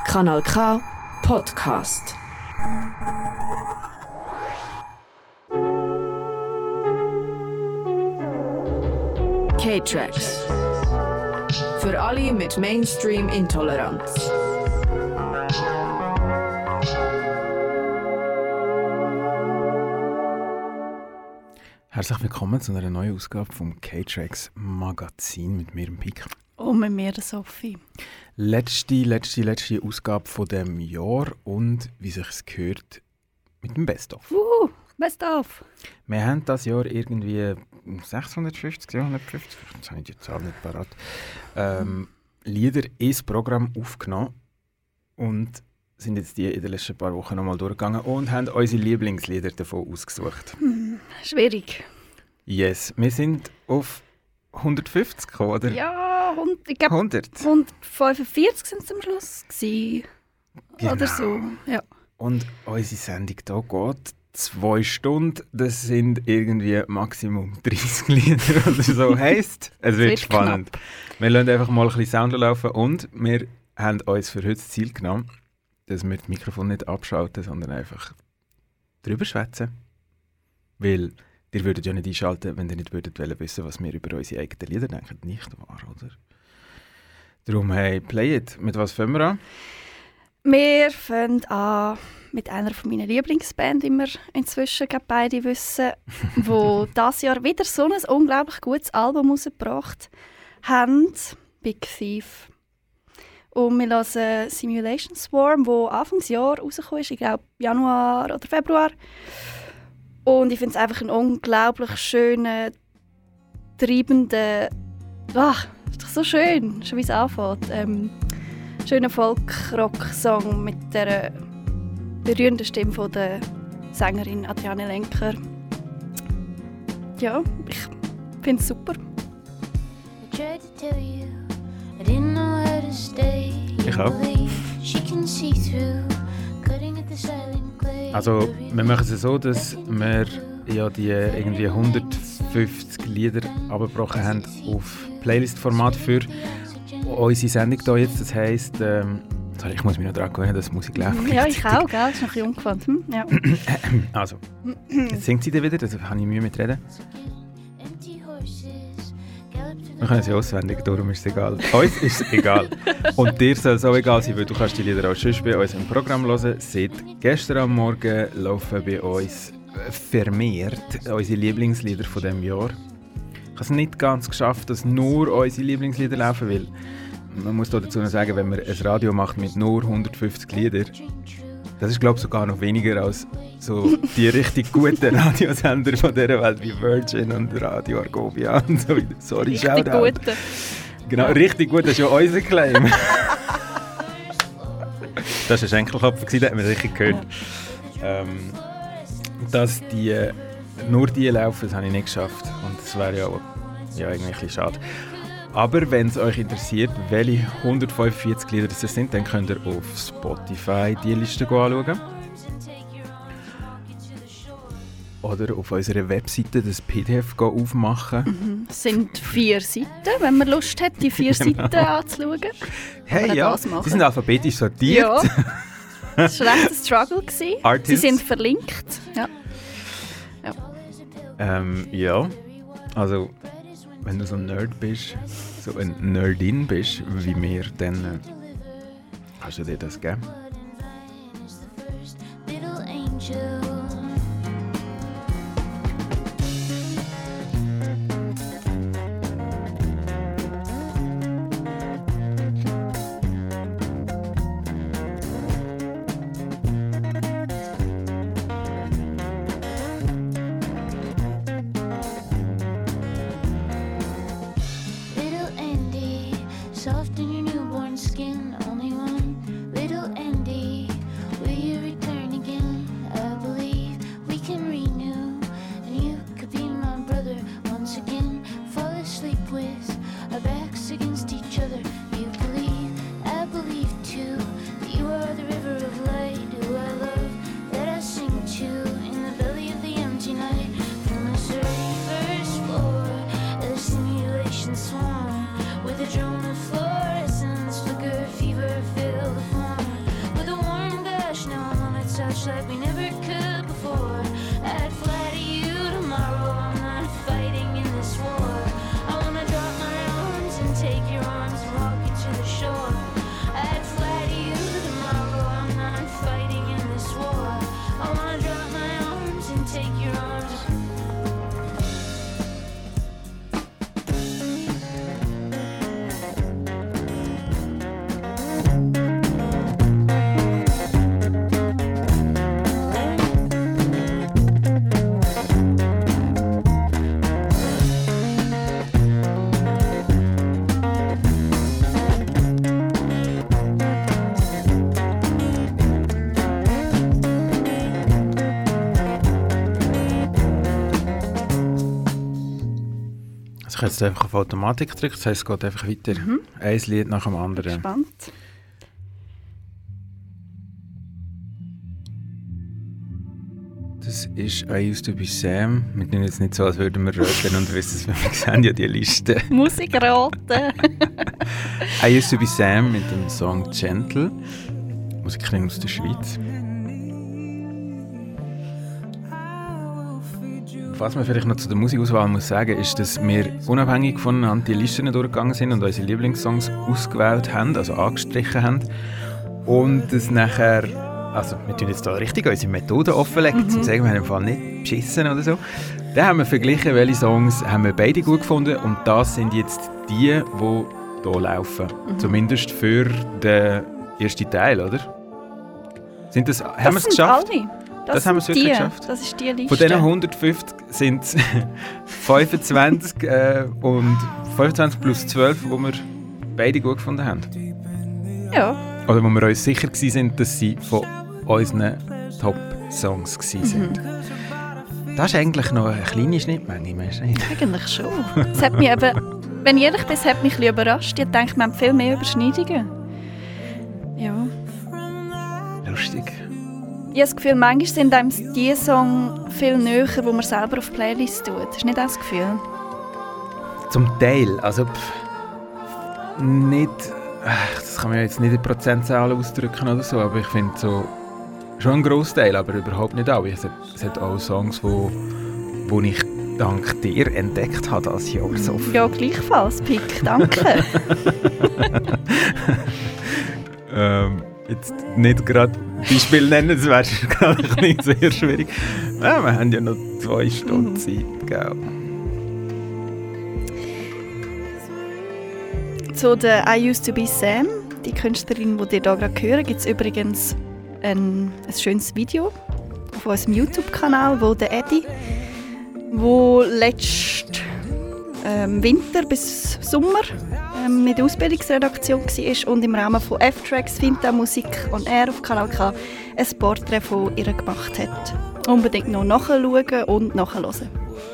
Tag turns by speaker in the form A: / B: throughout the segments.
A: Kanal K Podcast. K-Tracks. Für alle mit Mainstream-Intoleranz.
B: Herzlich willkommen zu einer neuen Ausgabe vom K-Tracks Magazin mit mir, Pik.
C: Und mit mir, Sophie.
B: Letzte Ausgabe von diesem Jahr und, wie sich es gehört, mit dem Best-of.
C: Best-of!
B: Wir haben dieses Jahr irgendwie 650, 750, jetzt habe ich die Zahl nicht parat, Lieder ins Programm aufgenommen und sind jetzt die in den letzten paar Wochen nochmal durchgegangen und haben unsere Lieblingslieder davon ausgesucht.
C: Schwierig.
B: Yes, wir sind auf 150 gekommen, oder?
C: Ja, ich glaube 145 sind es am Schluss gewesen.
B: Genau.
C: Oder so, ja.
B: Und unsere Sendung hier geht 2 Stunden. Das sind irgendwie Maximum 30 Lieder oder so. Heisst, es wird spannend. Knapp. Wir lassen einfach mal ein bisschen Sound laufen und wir haben uns für heute das Ziel genommen, dass wir das Mikrofon nicht abschalten, sondern einfach drüber schwätzen. Weil ihr würdet ja nicht einschalten, wenn ihr nicht würdet wissen, was wir über unsere eigenen Lieder denken. Nicht wahr, oder? Darum, hey, play it. Mit was fangen wir an?
C: Wir fangen an mit einer von meinen Lieblingsbands, die wir inzwischen beide wissen, die dieses Jahr wieder so ein unglaublich gutes Album rausgebracht haben, Big Thief. Und wir hören Simulation Swarm, wo Anfangsjahr rausgekommen ist, ich glaube Januar oder Februar. Und ich finde es einfach einen unglaublich schönen, treibenden, ist doch so schön, schon wie es anfängt. Schöner Folk-Rock-Song mit der berührenden Stimme von der Sängerin Adriane Lenker. Ja, ich finde es super.
B: Ich auch. Also, wir machen es so, dass wir ja die irgendwie 150 Lieder abgebrochen haben auf Playlist-Format für unsere Sendung hier jetzt. Das heisst, sorry, ich muss mich noch daran gewöhnen, dass Musik läuft.
C: Ja, ich auch, gell? Das ist noch ein bisschen umgewandt. Ja.
B: Also, jetzt singt sie dann wieder, da habe ich Mühe mit reden. Wir können es ja auswendig, darum ist es egal. Uns ist es egal. Und dir soll es auch egal sein, weil du kannst die Lieder auch sonst bei uns im Programm hören. Seit gestern am Morgen laufen bei uns vermehrt unsere Lieblingslieder von diesem Jahr. Ich habe es nicht ganz geschafft, dass nur unsere Lieblingslieder laufen, weil man muss dazu noch sagen, wenn man ein Radio macht mit nur 150 Liedern, das ist, glaube ich, sogar noch weniger als so die richtig guten Radiosender von dieser Welt wie Virgin und Radio Argovia und so. Sorry,
C: richtig gute.
B: Genau, ja. Richtig gut, das ist ja unser Claim. Das war ein Schenkelklopfer, das hat man richtig gehört. Dass nur die laufen, das habe ich nicht geschafft. Und das wäre ja eigentlich ein bisschen schade. Aber wenn es euch interessiert, welche 145 Lieder das sind, dann könnt ihr auf Spotify die Liste anschauen. Oder auf unserer Webseite das PDF aufmachen.
C: Es sind 4 Seiten, wenn man Lust hat, die 4 Seiten anzuschauen.
B: Hey, ja, sie sind alphabetisch sortiert.
C: Ja, das war recht ein Struggle. Sie sind verlinkt.
B: Ja, also wenn du so ein Nerd bist, so ein Nerdin bist, wie wir, dann kannst du dir das geben.
D: Only one little Andy, will you return again? I believe. like we never could before. I'd fly to you tomorrow, I'm not fighting in this war. I wanna drop my arms and take your arms and walk you to the shore. I'd fly to you tomorrow, I'm not fighting in this war. I wanna drop my arms and take your arms.
B: Ich habe jetzt einfach auf Automatik gedrückt, das heisst, es geht einfach weiter. Ein Lied nach dem anderen.
C: Spannend.
B: Das ist I Used to be Sam. Wir tun jetzt nicht so, als würden wir röteln und wissen, wir sehen ja die Liste.
C: Musikraten.
B: I Used to be Sam mit dem Song Gentle. Musikerin aus der Schweiz. Was man vielleicht noch zu der Musikauswahl muss sagen, ist, dass wir unabhängig voneinander die Listen durchgegangen sind und unsere Lieblingssongs ausgewählt haben, also angestrichen haben. Und das nachher, also wir tun jetzt da richtig unsere Methoden offenlegen, um zu sagen, wir haben im Fall nicht beschissen oder so. Dann haben wir verglichen, welche Songs haben wir beide gut gefunden und das sind jetzt die hier laufen. Zumindest für den ersten Teil, oder? Sind das, haben wir es geschafft?
C: Alle.
B: Das haben wir wirklich geschafft.
C: Das ist die Liste.
B: Von diesen 150 sind es 25 und 25 plus 12, die wir beide gut gefunden haben.
C: Ja.
B: Oder wo wir uns sicher waren, dass sie von unseren Top-Songs waren. Das ist eigentlich noch eine kleine Schnittmenge, meinst du nicht?
C: Eigentlich schon. Es hat mich eben, wenn ich ehrlich bin, es hat mich ein bisschen überrascht. Ich denke, wir haben viel mehr Überschneidungen. Ja.
B: Lustig.
C: Ich habe das Gefühl, manchmal sind einem die Songs viel näher, die man selber auf die Playlist tut. Hast du nicht das Gefühl?
B: Zum Teil. Also nicht... das kann man jetzt nicht in Prozentzahlen ausdrücken oder so, aber ich finde so... Schon ein Grossteil, aber überhaupt nicht alle. Es hat auch Songs, wo ich dank dir entdeckt habe dieses Jahr. So
C: ja, gleichfalls, Pick. Danke.
B: Jetzt nicht gerade Beispiel nennen, das wäre gerade nicht sehr schwierig. Ja, wir haben ja noch 2 Stunden Zeit, gell?
C: Zu der I Used to be Sam, die Künstlerin, die ihr hier gerade hören, gibt es übrigens ein schönes Video auf unserem YouTube-Kanal, wo der Eddie, der letzten Winter bis Sommer mit der Ausbildungsredaktion war und im Rahmen von F-Tracks Finta Musik on Air auf Kanal K ein Porträt von ihr gemacht hat. Unbedingt noch nachschauen und nachhören.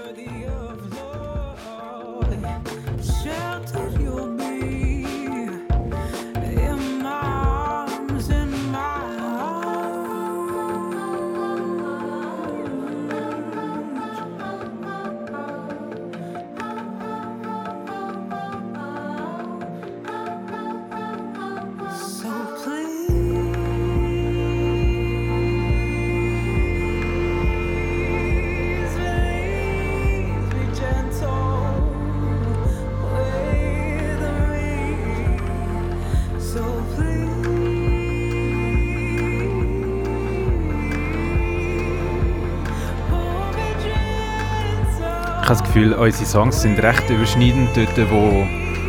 B: Ich habe das Gefühl, unsere Songs sind recht überschneidend dort, wo...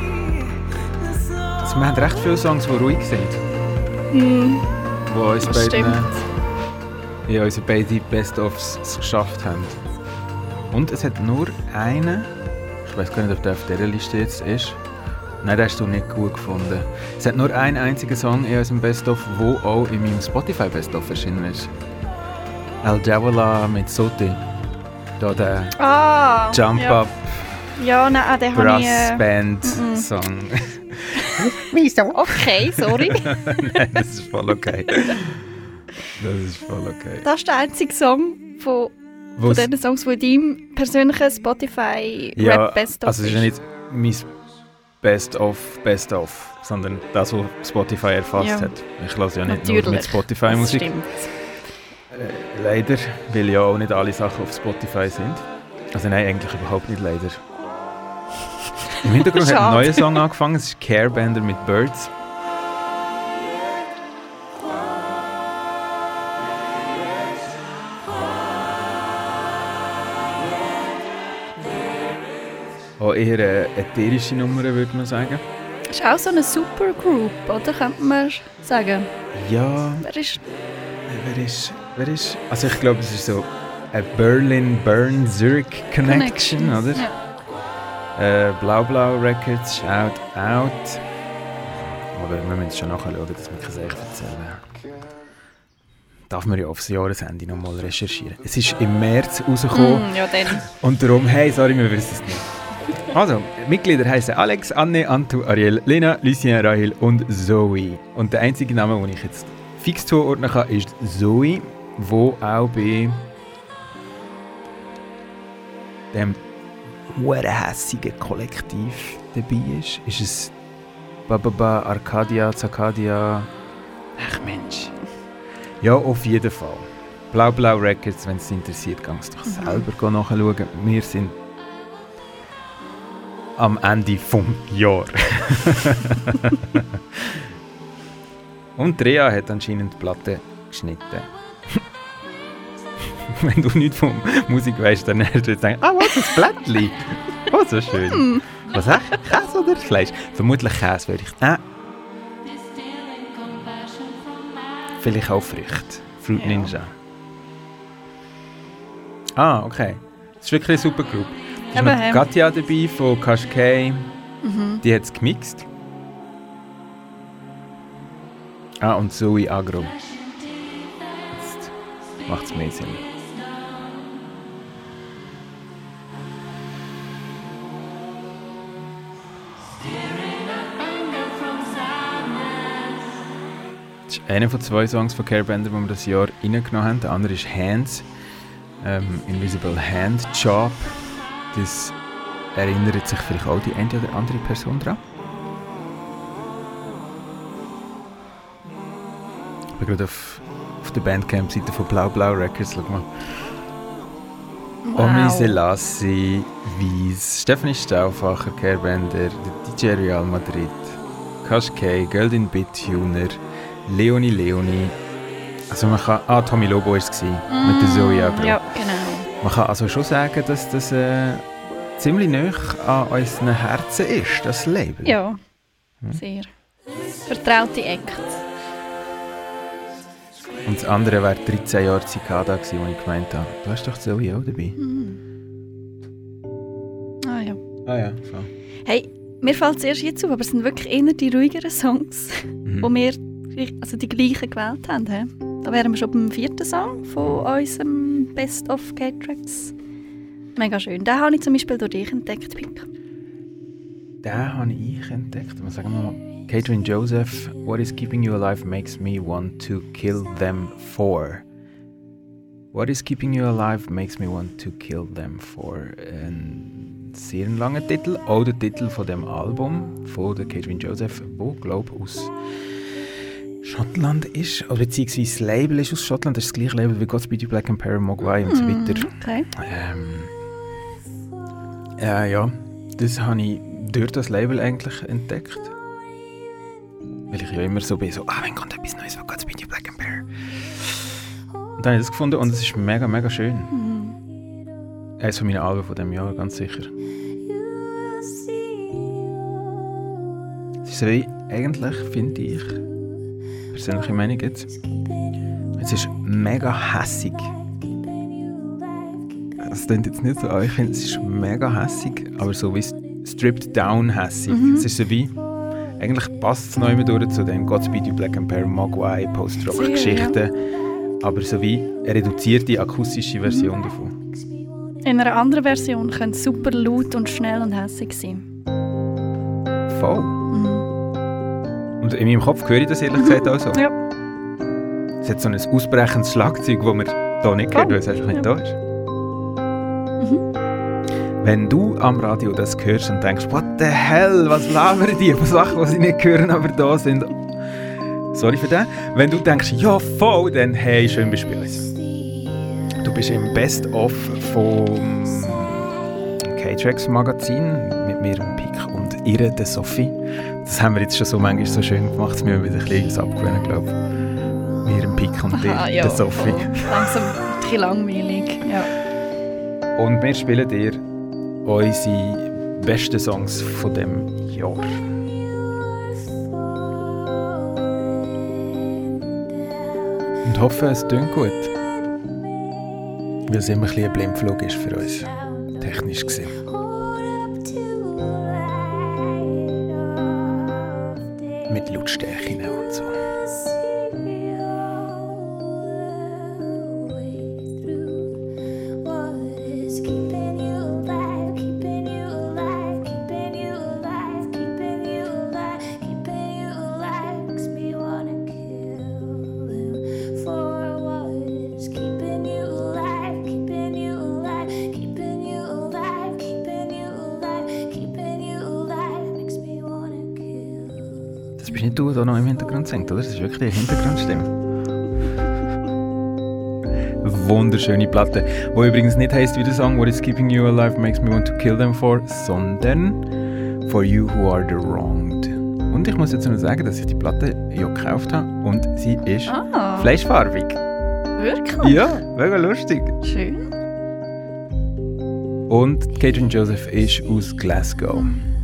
B: Also wir haben recht viele Songs, die ruhig sind. Wo uns unsere beiden Best-ofs geschafft haben. Und es hat nur einen... Ich weiß gar nicht, ob der auf dieser Liste jetzt ist. Nein, den hast du nicht gut gefunden. Es hat nur einen einzigen Song in unserem Best-of, der auch in meinem Spotify Best-of erschienen ist. El Javola mit Soti. Da der Jump
C: ja.
B: Up
C: Ja, nein, den habe ich...
B: Brass Band Song.
C: Okay, sorry.
B: Nein, das ist voll okay. Das ist voll okay.
C: Das ist der einzige Song von diesen Songs, die in deinem persönlichen Spotify Rap Best-of
B: also es ist ja nicht mein Best-of, sondern das, was Spotify erfasst hat. Ich höre ja nicht nur mit Spotify Musik. Leider, weil ja auch nicht alle Sachen auf Spotify sind. Also nein, eigentlich überhaupt nicht leider. Im Hintergrund hat ein neuer Song angefangen, es ist Carebender mit Birds. Auch eher eine ätherische Nummer, würde man sagen.
C: Ist auch so eine Supergroup, oder? Könnte man sagen.
B: Ja.
C: Wer ist...
B: Also ich glaube, es ist so eine Berlin-Bern-Zurich Connection, oder?
C: Ja.
B: Blau Records, Shout Out. Aber wir müssen es schon nachschauen, dass wir es echt erzählen. Darf man ja aufs Jahresende nochmal recherchieren. Es ist im März rausgekommen.
C: Ja, dann.
B: Und darum, hey, sorry, wir wissen es nicht. Also, Mitglieder heißen Alex, Anne, Antu, Ariel, Lena, Lucien, Rahel und Zoe. Und der einzige Name, den ich jetzt fix zuordnen kann, ist Zoe, wo auch bei dem hurenhässigen Kollektiv dabei ist. Ist es Bababa, Arcadia, Zacadia? Ach Mensch. Ja, auf jeden Fall. Blau Records, wenn es interessiert, kannst du doch selber nachschauen. Wir sind am Ende vom Jahr. Und Rea hat anscheinend die Platte geschnitten. Wenn du nicht von Musik weißt, dann wirst du jetzt sagen, was, ein Blättchen? Oh, so schön. Was echt? Käse oder Fleisch? Vermutlich Käse würde ich... Vielleicht auch Früchte. Fruit Ninja. Okay. Das ist wirklich eine super Gruppe. Da ist noch Katja dabei von Kashkei. Die hat es gemixt. Und Zoe Agro. Jetzt macht es mehr Sinn. Das ist einer von 2 Songs von Carebender, die wir das Jahr reingenommen haben. Der andere ist Hands. Invisible Hand Job. Das erinnert sich vielleicht auch die eine oder andere Person daran. Ich bin gerade auf der Bandcamp-Seite von Blau Records. Schau mal.
C: Wow.
B: Omni Selassie, Wies, Stephanie Stauffacher, Carebender, DJ Real Madrid, Kashkei, Göldin Bittuner, Leonie. Also man kann... Tommy Lobo war es mit der Zoe Agro.
C: Ja, genau.
B: Man kann also schon sagen, dass das ziemlich nah an unseren Herzen ist, das Label.
C: Ja, sehr. Vertraute Acts.
B: Und das andere wäre 13 Jahre Cicada gewesen, wo ich gemeint habe, du hast doch Zoe auch dabei. Ja, so.
C: Hey, mir fällt es erst jetzt auf, aber es sind wirklich eher die ruhigeren Songs, die wir also die gleichen gewählt haben. He? Da wären wir schon beim 4. Song von unserem Best of K-Tracks. Mega schön. Den habe ich zum Beispiel durch dich entdeckt, Pink.
B: Den habe ich entdeckt. Was sagen wir mal? Catherine Joseph, What is keeping you alive makes me want to kill them for. What is keeping you alive makes me want to kill them for. Ein sehr langer Titel. Auch der Titel von dem Album von der Catherine Joseph, wo glaube ich aus Schottland ist, oder beziehungsweise das Label ist aus Schottland, das ist das gleiche Label wie Godspeed You Black Emperor, Mogwai und so weiter.
C: Okay.
B: Ja, das habe ich durch das Label eigentlich entdeckt. Weil ich ja immer so bin, wenn kommt etwas Neues von Godspeed You Black Emperor. Und dann habe ich das gefunden und es ist mega, mega schön. Eines von meinen Alben von diesem Jahr, ganz sicher. Es ist so wie, eigentlich finde ich, persönliche Meinung jetzt, es ist mega hässig. Das klingt jetzt nicht so, aber ich finde, es ist mega hässig, aber so wie stripped down hässig. Es ist so wie, eigentlich passt es noch immer durch zu den Godspeed You Black Emperor, Mogwai, Post-Rock-Geschichten, aber so wie eine reduzierte akustische Version davon.
C: In einer anderen Version könnte es super laut und schnell und hässig sein.
B: Voll. Und in meinem Kopf höre ich das ehrlich gesagt auch so.
C: Ja.
B: Es hat so ein ausbrechendes Schlagzeug, das man hier nicht hört, weil es einfach nicht da ist. Wenn du am Radio das hörst und denkst, what the hell, was labern die von Sachen, die sie nicht hören, aber da sind. Sorry für das. Wenn du denkst, ja voll, dann hey, schön bist du bei uns. Du bist im Best-of vom K-Tracks Magazin mit mir, dem Pick, und ihr, der Sophie. Das haben wir jetzt schon so manchmal so schön gemacht, dass wir wieder ein bisschen abgewöhnen, glaube ich. Mir, dem Pick und dir, der Sophie.
C: Langsam ein bisschen langweilig, ja.
B: Und wir spielen dir unsere besten Songs von diesem Jahr. Und hoffe, es klingt gut. Weil es immer ein bisschen ein Blindflug ist für uns. Technisch gesehen. Mit Lautstärken und so. Das bist nicht du, der noch im Hintergrund singt, oder? Das ist wirklich eine Hintergrundstimme. Wunderschöne Platte, die übrigens nicht heisst wie der Song «What is keeping you alive makes me want to kill them for», sondern «For you who are the wronged». Und ich muss jetzt noch sagen, dass ich die Platte ja gekauft habe und sie ist fleischfarbig.
C: Wirklich?
B: Ja, mega lustig.
C: Schön.
B: Und Katrin Joseph ist aus Glasgow.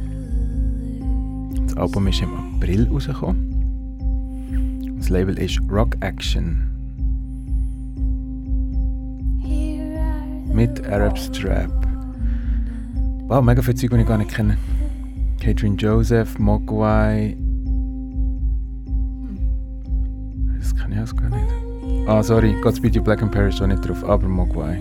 B: Das Album ist im April rausgekommen. Das Label ist Rock Action. Mit Arab Strap. Wow, mega viele Zeug, die ich gar nicht kenne. Katrin Joseph, Mogwai. Das kenne ich auch gar nicht. Ah, sorry, Godspeed You Black in Paris steht nicht drauf, aber Mogwai.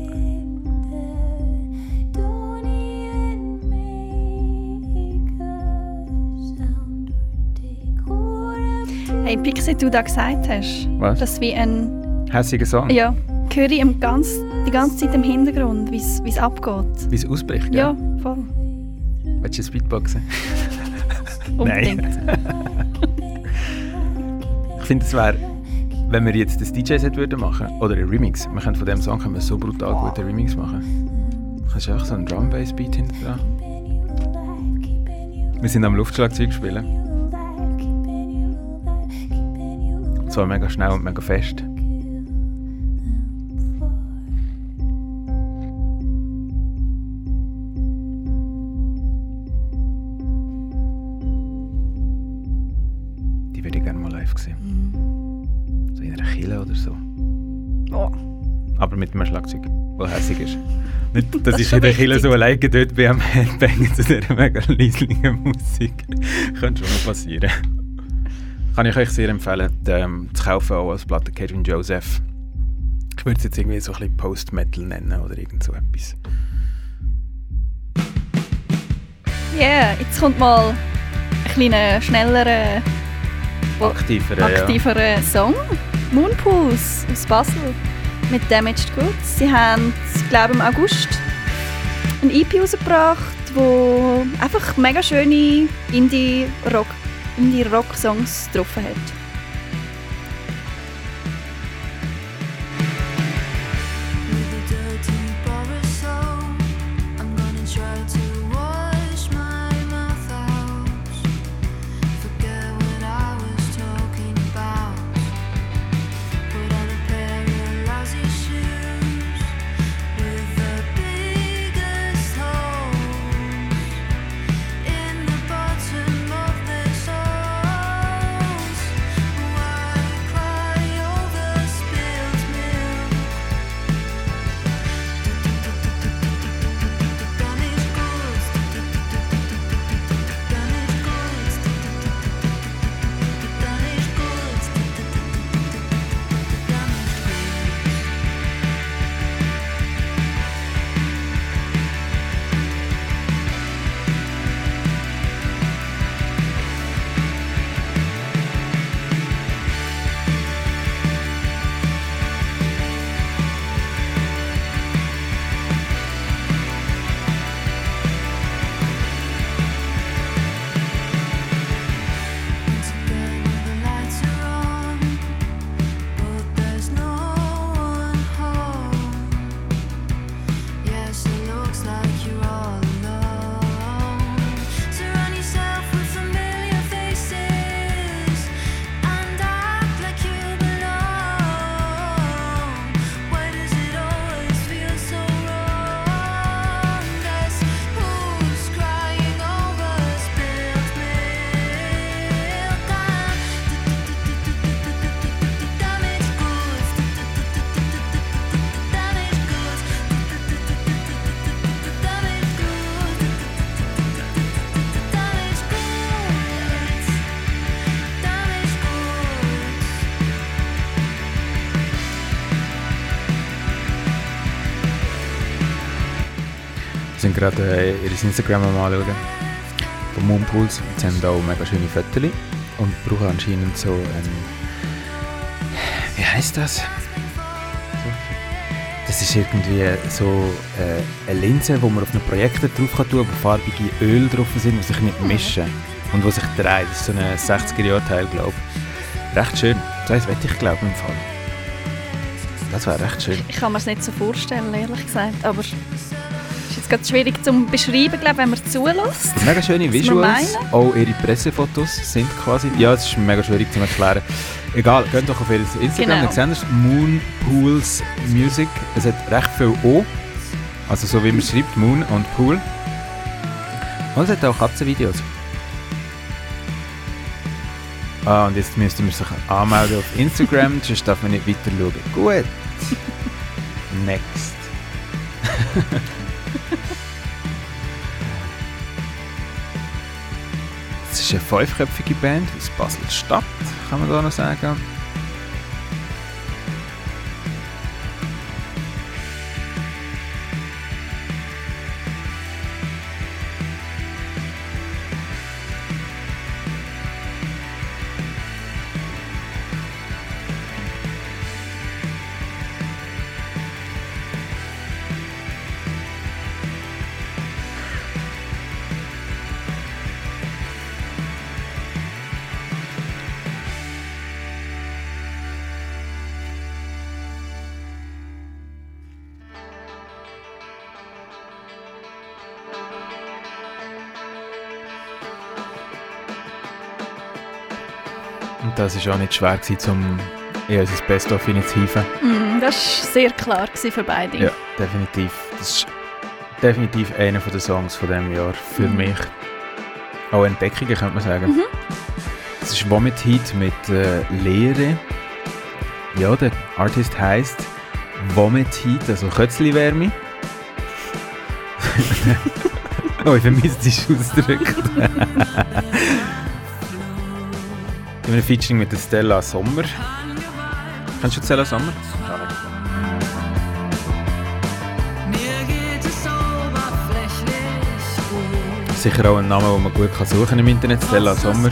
C: Hey Pixie, du da gesagt hast,
B: Was?
C: dass wie ein...
B: Hässiger Song?
C: Ja, höre ich die ganze Zeit im Hintergrund, wie es abgeht.
B: Wie es ausbricht, gell?
C: Ja, voll.
B: Willst du ein Beatboxen?
C: Unbedingt.
B: Ich finde, es wäre, wenn wir jetzt das DJ-Set würden machen, oder ein Remix, wir können von dem Song können wir so brutal gut einen Remix machen. Du kannst einfach so einen Drum-Bass-Beat hinter dran. Wir sind am Luftschlagzeug spielen. Und zwar mega schnell und mega fest. Die würde ich gerne mal live sehen. So in einer Kille oder so.
C: Oh.
B: Aber mit einem Schlagzeug, das hässig ist. Nicht, dass
C: Das
B: ich
C: ist
B: in der
C: schon
B: Kille
C: wichtig.
B: so alleine dort bin am Headbangen zu dieser mega leislichen Musik. Könnte schon mal passieren. Kann ich euch sehr empfehlen, zu kaufen, auch als Platte Katrin Joseph. Ich würde es jetzt irgendwie so ein bisschen Post-Metal nennen oder irgend so etwas.
C: Yeah, jetzt kommt mal ein kleiner, schnellerer, aktiverer Song. Moonpools aus Basel mit Damaged Goods. Sie haben, glaube ich, im August ein EP rausgebracht, wo einfach mega schöne Indie-Rock-Songs drauf hat.
D: In the bottom of this hole
B: sind gerade ihr Instagram am anschauen. Von Moonpools. Sie haben auch mega schöne Fotos. Und brauchen anscheinend so ein... Wie heisst das? Das ist irgendwie so eine Linse, wo man auf einen Projektor drauf kann tun, wo farbige Öl drauf sind, die sich nicht mischen und die sich drehen. Das ist so ein 60er-Jahre-Teil, glaube ich. Recht schön. Das möchte ich, glaube ich, im Fall. Das wäre recht schön.
C: Ich kann mir es nicht so vorstellen, ehrlich gesagt. Aber es ist jetzt gerade schwierig zu beschreiben, glaube, wenn man zulässt.
B: Mega schöne Visuals. Auch ihre Pressefotos sind quasi... Ja, es ist mega schwierig zu erklären. Egal, geht doch auf ihr Instagram. Genau. Dann seht ihr Moonpools Music. Es hat recht viel O. Also so wie man schreibt, Moon und Pool. Und es hat auch Katzenvideos. Und jetzt müsste man sich anmelden auf Instagram, sonst darf man nicht weiter schauen. Gut. Next. Es ist eine 5-köpfige Band aus Basel-Stadt, kann man da noch sagen. Und das war auch nicht schwer, um unser Best-of hineinzuhieven.
C: Das war sehr klar für beide.
B: Ja, definitiv. Das ist definitiv einer der Songs von diesem Jahr für mich. Auch Entdeckungen, könnte man sagen. Das ist Vomit Heat mit Leere. Ja, der Artist heisst Vomit Heat, also Kötzli-Wärme. Oh, ich vermisse die ausgedrückt. Wir haben ein Featuring mit der Stella Sommer. Kennst du Stella Sommer? Sicher auch ein Name, den man gut suchen kann im Internet. Stella Sommer.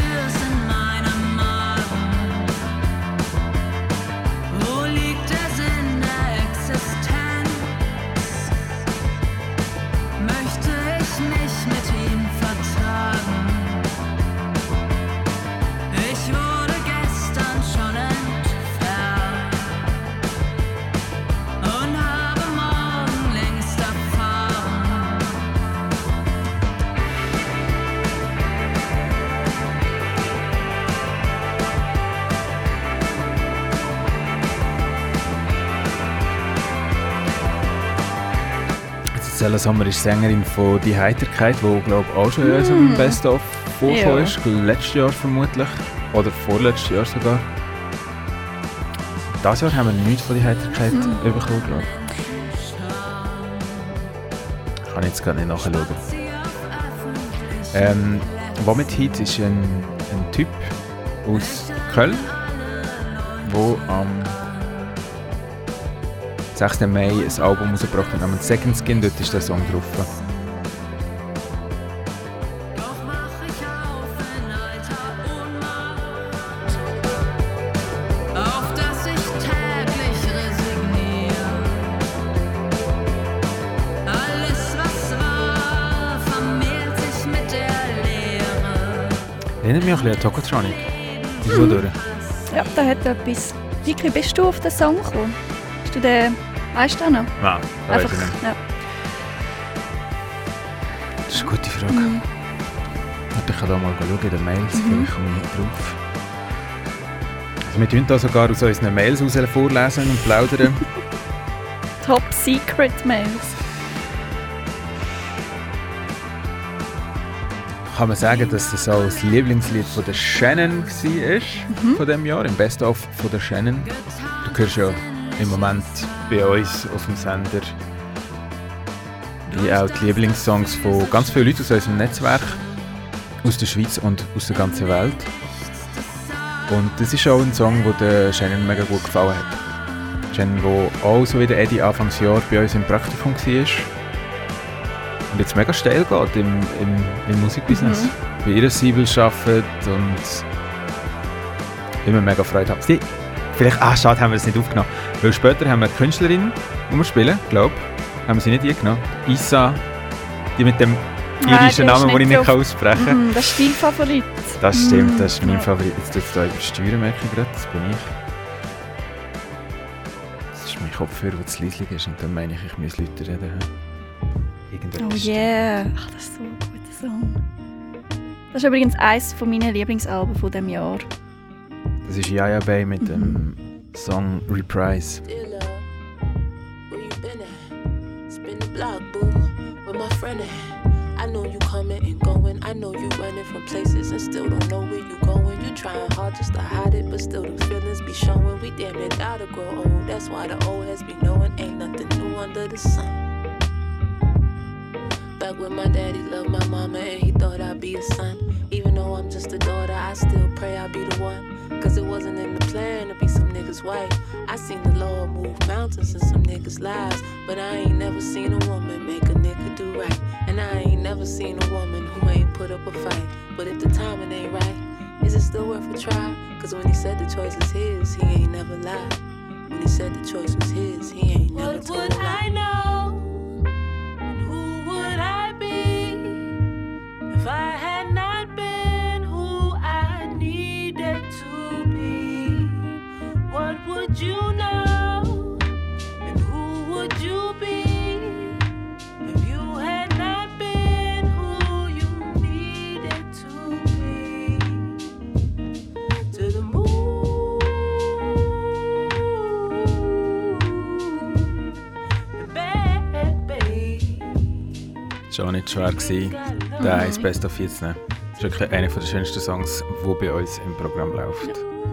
B: Stella Sommer ist Sängerin von «Die Heiterkeit», die glaube ich auch schon in unserem Best-of vorgekommen ist. Letztes Jahr vermutlich. Oder vorletztes Jahr sogar. Dieses Jahr haben wir nichts von «Die Heiterkeit» bekommen, glaube ich. Kann ich jetzt gar nicht nachschauen. Vomit Heat ist ein Typ aus Köln, der am 6. Mai ein Album rausgebracht hat namens Second Skin, dort ist der Song drauf. Erinnert mich auch ein bisschen an Tokotronic. So durch.
C: Ja, da hat etwas. Wie bist du auf den Song gekommen? Hast du den... Weißt du auch noch?
B: Nein, das weiß ich nicht.
C: Ja.
B: Das ist eine gute Frage. Ich kann da mal schauen in den Mails, vielleicht komme ich nicht drauf. Also wir tun da sogar aus unseren Mails vorlesen und plaudern.
C: Top Secret Mails.
B: Kann man sagen, dass das auch das Lieblingslied von der Shannon war von diesem Jahr, im Best-of von der Shannon. Du hörst ja im Moment bei uns auf dem Sender wie auch die Lieblingssongs von ganz vielen Leuten aus unserem Netzwerk, aus der Schweiz und aus der ganzen Welt. Und das ist auch ein Song, der Shannon mega gut gefallen hat. Shannon, der auch so wie der Eddie Anfangsjahr bei uns im Praktikum war. und jetzt mega steil geht im Musikbusiness. Bei Irascible arbeitet und immer mega Freude hat. Vielleicht, schade, haben wir es nicht aufgenommen. Weil später haben wir eine Künstlerin, die wir spielen, glaube ich. Haben wir sie nicht eingenommen. Isa, die mit dem irischen Namen, den ich nicht aussprechen kann.
C: Das ist dein Favorit.
B: Das stimmt, das ist mein Favorit. Jetzt tut es hier übersteuern, merke ich gerade. Das bin ich. Das ist mein Kopfhörer, der zu leislich ist. Und dann meine ich muss Leute reden.
C: Oh yeah, ach, das ist so ein guter Song. Das ist übrigens eines meiner Lieblingsalben von diesem Jahr.
B: Das ist Yaya Bay mit dem Song Reprise.
E: I know you coming and going. I know you running from places and still don't know where you going. You trying hard just to hide it, but still the feelings be showing. We damn it gotta grow old. That's why the old has been knowing ain't nothing new under the sun. Back when my daddy loved my mama and he thought I'd be a son. Even though I'm just a daughter, I still pray I'll be the one. Cause it wasn't in the plan to be some niggas' wife. I seen the Lord move mountains in some niggas' lives, but I ain't never seen a woman make a nigga do right. And I ain't never seen a woman who ain't put up a fight. But if the timing ain't right, is it still worth a try? Cause when he said the choice was his, he ain't never lied. When he said the choice was his, he ain't never told a lie. What would I know? And who would I be if I had not been who I needed to be? What would you know? And who would you be?
B: Es war auch nicht schwer, den eins Best of jetzt zu nehmen. Das ist wirklich einer der schönsten Songs, der bei uns im Programm läuft.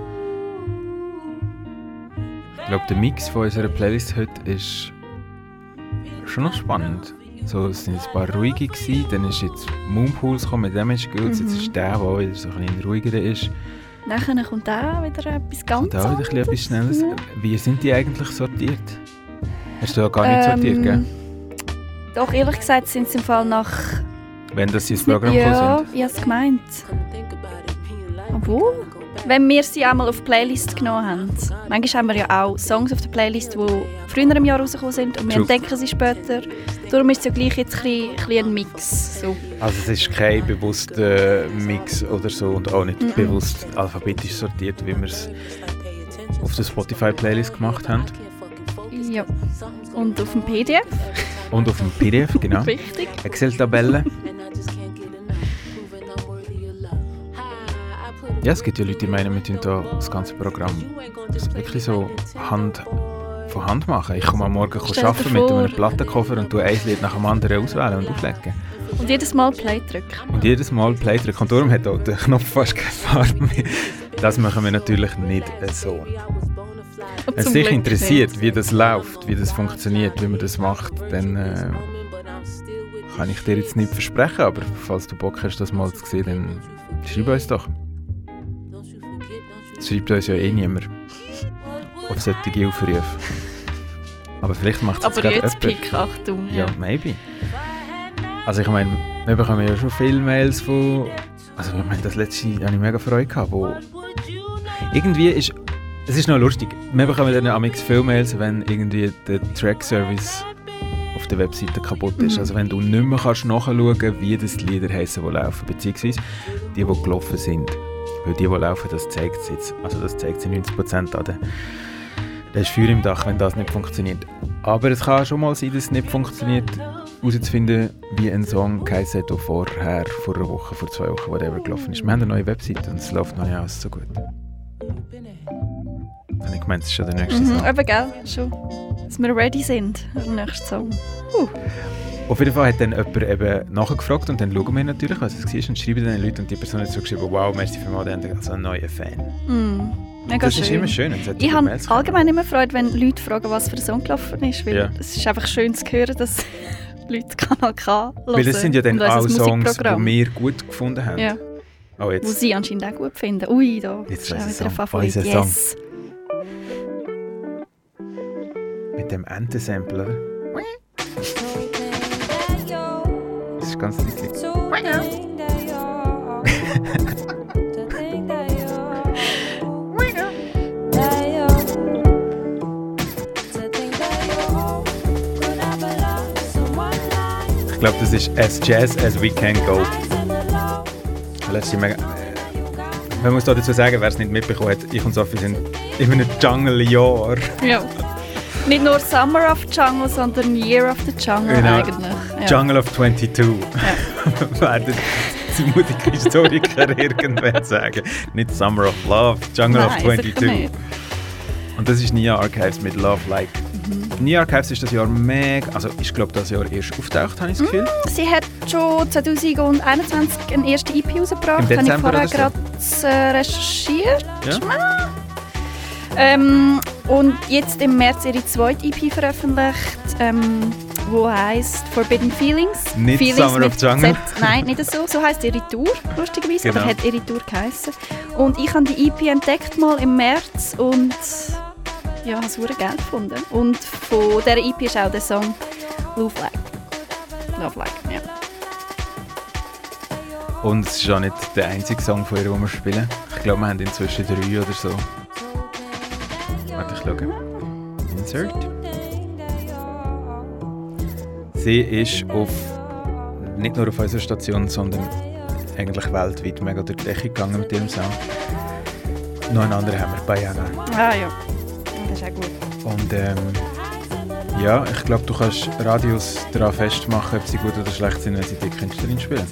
B: Ich glaube, der Mix von unserer Playlist heute ist schon noch spannend. So, es waren ein paar ruhige, dann ist jetzt Moonpools gekommen mit Damage Goods, jetzt ist der wieder so ein bisschen ruhiger ist.
C: Nachher kommt auch wieder etwas ganz
B: anderes. Kommt auch wieder etwas Schnelles. Ja. Wie sind die eigentlich sortiert? Hast du ja gar nicht sortiert, gell?
C: Doch, ehrlich gesagt sind sie im Fall nach...
B: Wenn das ins Programm
C: sind?
B: Ja,
C: ich habe es gemeint. Obwohl, wenn wir sie einmal auf die Playlist genommen haben. Manchmal haben wir ja auch Songs auf der Playlist, die früher im Jahr rausgekommen sind und wir entdecken sie später. Darum ist es ja gleich jetzt ein ein Mix. So.
B: Also es ist kein bewusster Mix oder so und auch nicht bewusst alphabetisch sortiert, wie wir es auf der Spotify-Playlist gemacht haben.
C: Ja, und auf dem PDF.
B: Und auf dem PDF, genau.
C: Richtig.
B: Excel-Tabelle. Ja, es gibt ja Leute, die meinen, wir tun da das ganze Programm wirklich so von Hand machen. Ich komme am Morgen arbeiten mit einem Plattenkoffer und tue ein Lied nach dem anderen auswählen und auflegen.
C: Und jedes Mal Play drücken.
B: Und darum hat auch der Knopf fast keine Farbe mehr. Das machen wir natürlich nicht so. Wenn es dich interessiert, wie das läuft, wie das funktioniert, wie man das macht, dann kann ich dir jetzt nicht versprechen, aber falls du Bock hast, das mal zu sehen, dann schreib uns doch. Es schreibt uns ja niemand auf solche Aufrufe. Aber vielleicht macht es jetzt gerade jemand.
C: Aber jetzt Pick, Achtung.
B: Ja, maybe. Also ich meine, wir bekommen ja schon viele Mails von... Also ich meine, das letzte hatte ich mega Freude gehabt, wo... Irgendwie ist... Es ist noch lustig. Wir bekommen dann amigs viele Mails, wenn irgendwie der Track-Service auf der Webseite kaputt ist. Also wenn du nicht mehr nachschauen kannst, wie das die Lieder heissen, die laufen, beziehungsweise die gelaufen sind. Weil die laufen, das zeigt es jetzt. Also das zeigt sie 90% an. Da ist Feuer im Dach, wenn das nicht funktioniert. Aber es kann schon mal sein, dass es nicht funktioniert, herauszufinden, wie ein Song geheißen hat, der vor einer Woche, vor 2 Wochen, whatever, gelaufen ist. Wir haben eine neue Webseite und es läuft noch nicht alles so gut. Ich gemeint, das ist schon der nächste Song.
C: Eben, gell? Schon. Dass wir ready sind für den nächsten Song.
B: Auf jeden Fall hat dann jemand eben nachgefragt und dann schauen wir natürlich, was es war und schreiben den Leuten und die Person hat zurückgeschrieben, wow, merci vielmals, die haben also einen neuen Fan.
C: Mega
B: das
C: schön.
B: Ist immer schön.
C: Ich habe allgemein immer Freude, wenn Leute fragen, was für ein Song gelaufen ist, weil es ist einfach schön zu hören, dass Leute Kanal K hören.
B: Weil es sind ja dann auch Songs, die wir gut gefunden haben.
C: Ja.
B: Oh, jetzt.
C: Wo sie anscheinend auch gut finden. Ui, da
B: jetzt
C: ist auch wieder ein Favorit.
B: Yes. Mit dem Ente-Sampler. ist ganz niedlich. Ich glaube, das ist As Jazz As We Can Go. Man muss dazu sagen, wer es nicht mitbekommen hat, ich und Sophie sind in einem Jungle-Jahr.
C: Ja. Nicht nur Summer of Jungle, sondern Year of the Jungle
B: Genau.
C: eigentlich. Ja.
B: Jungle of 22.
C: Ja.
B: Werden die Musikhistoriker irgendwann sagen. Nicht Summer of Love, Jungle of
C: Nein, sicher
B: 22.
C: nicht.
B: Und das ist Nia Archives mit Love Like. Nia Archives ist das Jahr mega, also ich glaube, das Jahr erst auftaucht, habe ich das Gefühl.
C: Sie hat schon 2021 eine erste EP rausgebracht.
B: Im Dezember
C: habe ich vorher
B: oder so?
C: gerade recherchiert.
B: Ja.
C: Und jetzt im März ihre zweite EP veröffentlicht, wo heisst Forbidden Feelings.
B: Nicht
C: Feelings
B: Summer of
C: mit
B: Jungle.
C: Z. Nein, nicht so. So heisst ihre Tour, lustigerweise.
B: Genau.
C: Oder hat ihre Tour geheissen. Und ich habe die EP entdeckt mal im März und ja, habe es verdammt geil gefunden. Und von dieser EP ist auch der Song Love Like. Love Like, ja.
B: Und es ist auch nicht der einzige Song von ihr, den wir spielen. Ich glaube, wir haben inzwischen 3 oder so. Warte, ich schaue. Insert. Sie ist nicht nur auf unserer Station, sondern eigentlich weltweit mega durch die Decke gegangen mit ihrem Sound. Noch einen anderen haben wir, Bayana.
C: Ah ja, das ist auch gut.
B: Und ja, ich glaube, du kannst Radios daran festmachen, ob sie gut oder schlecht sind, wenn sie die Künstlerin spielen.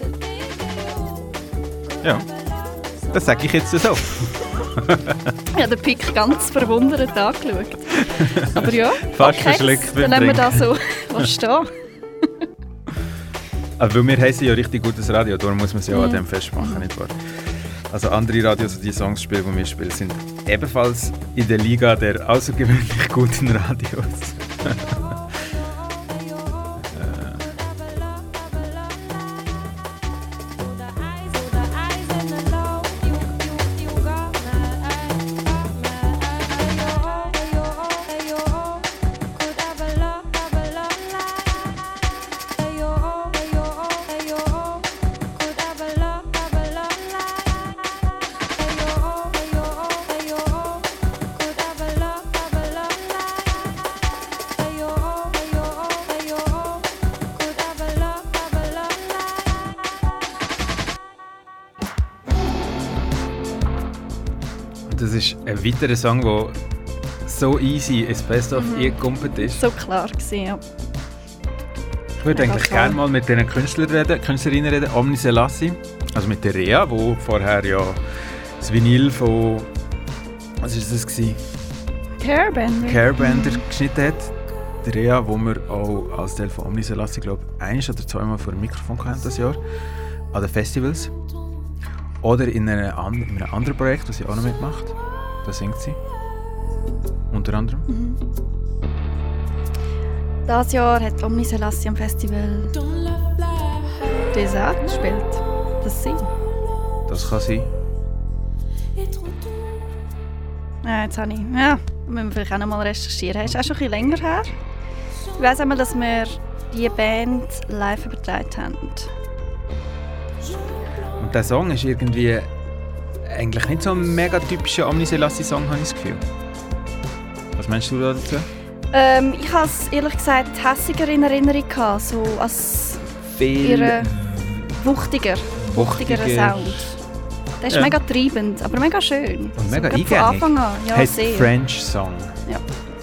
B: Ja, das sage ich jetzt so.
C: Ich habe den Pick ganz verwundert angeschaut. Aber ja,
B: Fast
C: okay,
B: verschluckt beim
C: dann lassen wir
B: Trinken.
C: da so stehen.
B: Aber weil wir heissen ja richtig gutes Radio, darum muss man es ja auch an dem festmachen, nicht wahr? Also andere Radios, die Songs spielen, die wir spielen, sind ebenfalls in der Liga der außergewöhnlich guten Radios. Das ist ein weiterer Song, der so easy ins Best-of eingekumpelt ist.
C: So klar gewesen, ja.
B: Ich würde eigentlich
C: toll.
B: gerne mal mit diesen Künstlerinnen reden. Omni Selassie, also mit der Rea, die vorher ja das Vinyl von, was war das gewesen? Carebender geschnitten hat. Die Rea, wo wir auch als Teil von Omni Selassie, glaube ich, 1 oder 2 Mal vor dem Mikrofon hatten das Jahr, an den Festivals. Oder in einem anderen Projekt, das sie auch noch mitmacht. Da singt sie. Unter anderem.
C: Dieses Jahr hat Omni Selassie am Festival Desart gespielt. Das sie.
B: Das kann sein.
C: Ja, jetzt habe ich. Ja, müssen wir vielleicht auch noch mal recherchieren. Ist auch schon ein bisschen länger her. Ich weiss einmal, dass wir diese Band live übertragen haben.
B: Und der Song ist irgendwie eigentlich nicht so ein mega typischer Omni Selassie-Song, habe ich das Gefühl. Was meinst du dazu?
C: Ich hatte es ehrlich gesagt hässiger in Erinnerung gehabt, so als ihre wuchtigerer Sound. Der ist
B: Ja.
C: mega treibend, aber mega schön.
B: Und mega
C: gerade von
B: eingängig.
C: Anfang an, ja,
B: Heißt
C: sehr.
B: French Song.
C: Ja.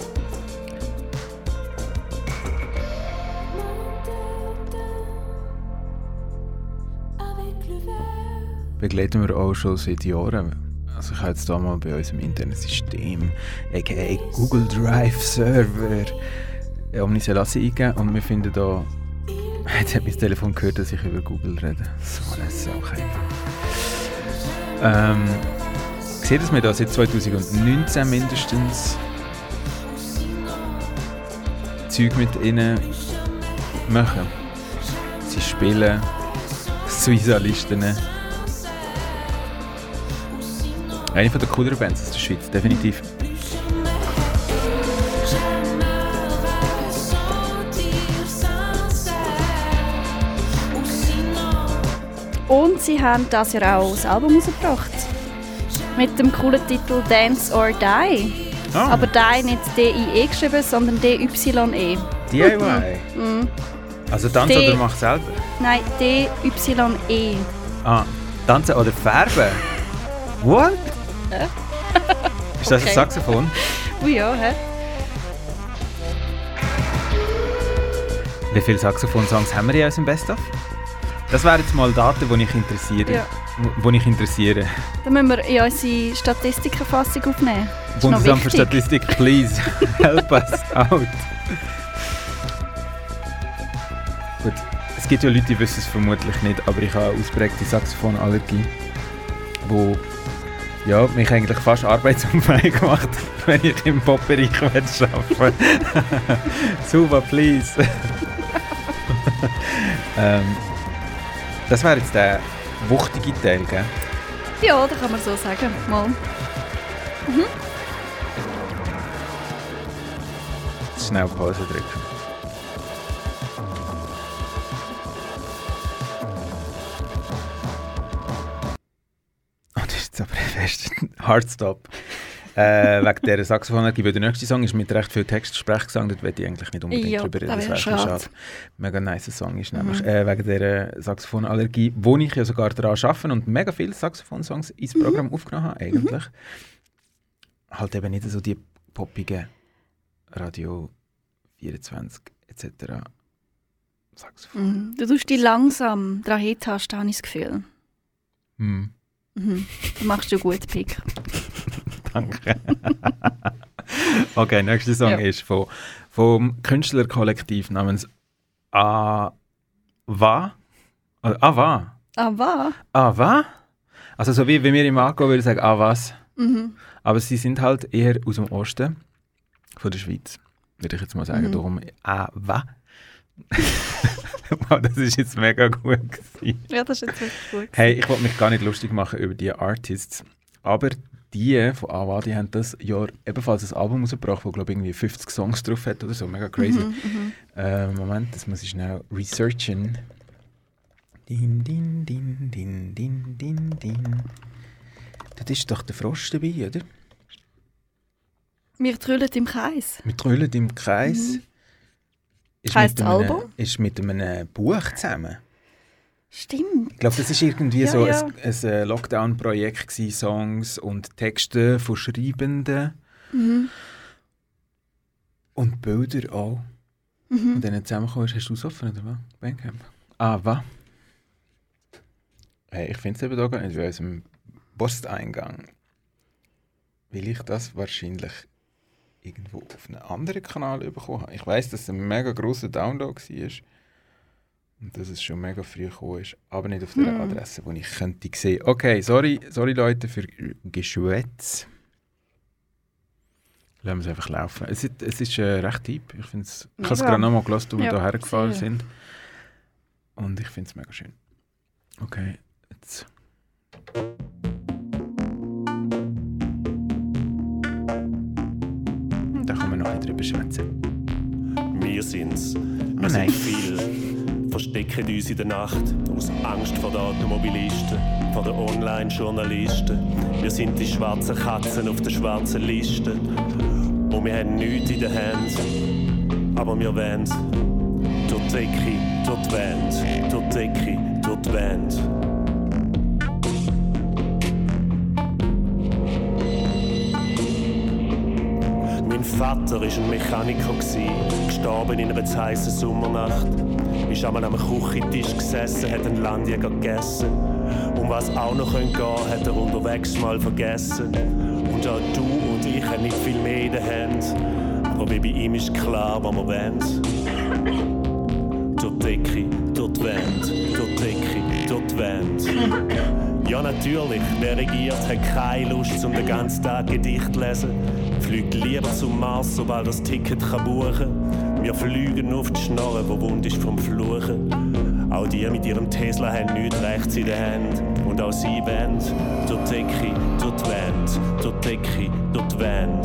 B: Begleiten wir auch schon seit Jahren. Also ich habe jetzt hier mal bei unserem internen System, aka Google Drive Server, Omni Selassie eingegeben und wir finden da, jetzt hat mein Telefon gehört, dass ich über Google rede. So eine Sache. Seht ihr, dass wir da seit 2019 mindestens Zeug mit ihnen machen? Sie spielen Suiza-Listen. Eine von der cooleren Bands aus der Schweiz, definitiv.
C: Und sie haben dieses Jahr auch das Album rausgebracht. Mit dem coolen Titel Dance or Die.
B: Ah.
C: Aber Die nicht D-I-E geschrieben, sondern D-Y-E.
B: DIY? Also tanzen
C: D-
B: oder mach selber?
C: Nein, D-Y-E.
B: Ah, tanzen oder färben? What? Ist das ein
C: Okay.
B: Saxophon?
C: Ja, hä?
B: Wie viele Saxophon-Songs haben wir in unserem Best-of? Das wären jetzt mal Daten, die ich interessiere.
C: Ja.
B: Wo ich interessiere.
C: Dann müssen wir in unsere Statistikerfassung aufnehmen. Das ist noch
B: Bundesamt für
C: wichtig.
B: Statistik, please, help us out. Gut, es gibt ja Leute, die wissen es vermutlich nicht, aber ich habe eine ausprägte Saxophonallergie, wo ja, mich eigentlich fast arbeitsunfähig macht, wenn ich im Pop-Bereich arbeiten will. Super, please. Das wäre jetzt der wuchtige Teil, gell?
C: Ja, das kann man so sagen. Mal.
B: Schnell Pause drücken. Oh, das ist jetzt aber fest. Hardstop. Wegen dieser Saxophonallergie. Weil der nächste Song ist mit recht viel Text, Sprechgesang. Dort möchte ich eigentlich nicht unbedingt
C: Ja,
B: drüber reden.
C: das
B: Das
C: wäre
B: wäre ein
C: schade.
B: schade. Mega nice Song ist nämlich. Wegen dieser Saxophonallergie, wo ich ja sogar daran arbeite und mega viele Saxophonsongs ins Programm aufgenommen habe, eigentlich. Halt eben nicht so die poppigen Radio 24 etc. Saxophon.
C: Du tust dich langsam daran hintasten, habe ich das Gefühl.
B: Hm.
C: Du machst du gut, Pick.
B: Danke. Okay, nächster Song
C: Ja.
B: ist vom Künstlerkollektiv namens Ava. Ava.
C: Aber...
B: Ava? Also so wie wir im Marco würde sagen, Avas.
C: Mhm.
B: Aber sie sind halt eher aus dem Osten von der Schweiz, würde ich jetzt mal sagen. Darum Ava. Wow, das ist jetzt mega gut gewesen.
C: Ja, das ist jetzt wirklich gut.
B: Hey, ich wollte mich gar nicht lustig machen über die Artists, aber die von Ava, die haben das Jahr ebenfalls ein Album rausgebracht, das glaube ich irgendwie 50 Songs drauf hat oder so, mega crazy. Moment, das muss ich schnell researchen. Din, din, din, din, din, din, din. Das ist doch der Frosch dabei, oder?
C: Wir trüllen im Kreis.
B: Wir trüllen im Kreis. Ist
C: Heisst
B: mit
C: das
B: einem-
C: Album?
B: Ist mit einem Buch zusammen.
C: Stimmt.
B: Ich glaube, das ist irgendwie
C: Ja,
B: so
C: ja.
B: ein Lockdown-Projekt gewesen, Songs und Texte von Schreibenden. Und Bilder auch. Und dann zusammengekommen ist, hast du es offen, oder was? Bandcamp. Ah, was? Hey, ich finde es eben da gar nicht wie unserem Posteingang. Weil ich das wahrscheinlich irgendwo auf einen anderen Kanal bekommen habe. Ich weiss, dass es ein mega grosser Download war. Und dass es schon mega früh gekommen ist. Aber nicht auf der Adresse, die ich könnte sehen. Okay, sorry Leute für Geschwätz. Lassen wir es einfach laufen. Es ist recht deep. Ich habe es
C: Mega.
B: gerade nochmal gehört, als wir
C: Ja,
B: hierher gefahren
C: sehr.
B: sind. Und ich finde es mega schön. Okay, jetzt. Da kann man noch ein bisschen drüber schwätzen.
F: Wir sind's. Wir
B: nein.
F: sind viel. Verstecken uns in der Nacht aus Angst vor den Automobilisten, vor den Online-Journalisten. Wir sind die schwarzen Katzen auf der schwarzen Liste. Und wir haben nichts in der Hand. Aber wir wollen durch die Decke, durch die Wand, durch die Decke, durch die Wand. Mein Vater war ein Mechaniker, gestorben in einer heißen Sommernacht. Ist einmal am Küchentisch gesessen, hat einen Landjäger gegessen. Um was auch noch gehen könnte, hat er unterwegs mal vergessen. Und auch du und ich haben nicht viel mehr in der Hand. Aber wie bei ihm ist klar, was wir wollen. Durch die Decke, durch die Wand, durch die Decke, durch die Wand. Ja, natürlich, wer regiert, hat keine Lust, um den ganzen Tag Gedicht zu lesen. Fliegt lieber zum Mars, sobald er das Ticket buchen kann. Wir fliegen auf die Schnorre, wo wund ist vom Fluchen. Auch die mit ihrem Tesla haben nichts rechts in der Hand. Und auch sie wollen durch die Decke, durch die Wand, durch die Decke, durch die Wand.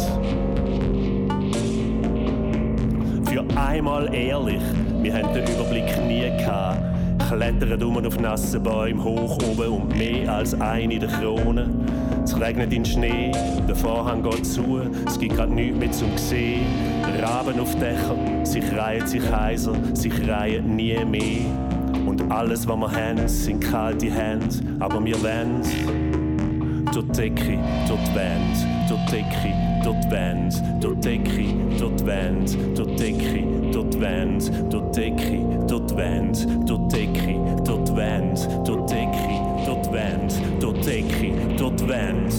F: Für einmal ehrlich, wir haben den Überblick nie gehabt. klettern auf nassen Bäumen hoch oben und mehr als eine der Krone. Es regnet in Schnee, der Vorhang geht zu, es gibt grad nichts mehr zum sehen. Raben auf Dächern, sich reihen sich heiser, sich reihen nie mehr. Und alles, was wir haben, sind kalte Hände, aber wir wollen's. Durch die Decke, durch die Wand, durch die Decke, durch die Wand, durch die Decke, durch die Wand, durch die Decke, durch die Wand, durch die Decke, durch die Wand, durch die Decke, durch die Wand, durch die Decke, durch die Wand, durch die Decke, durch die Wand.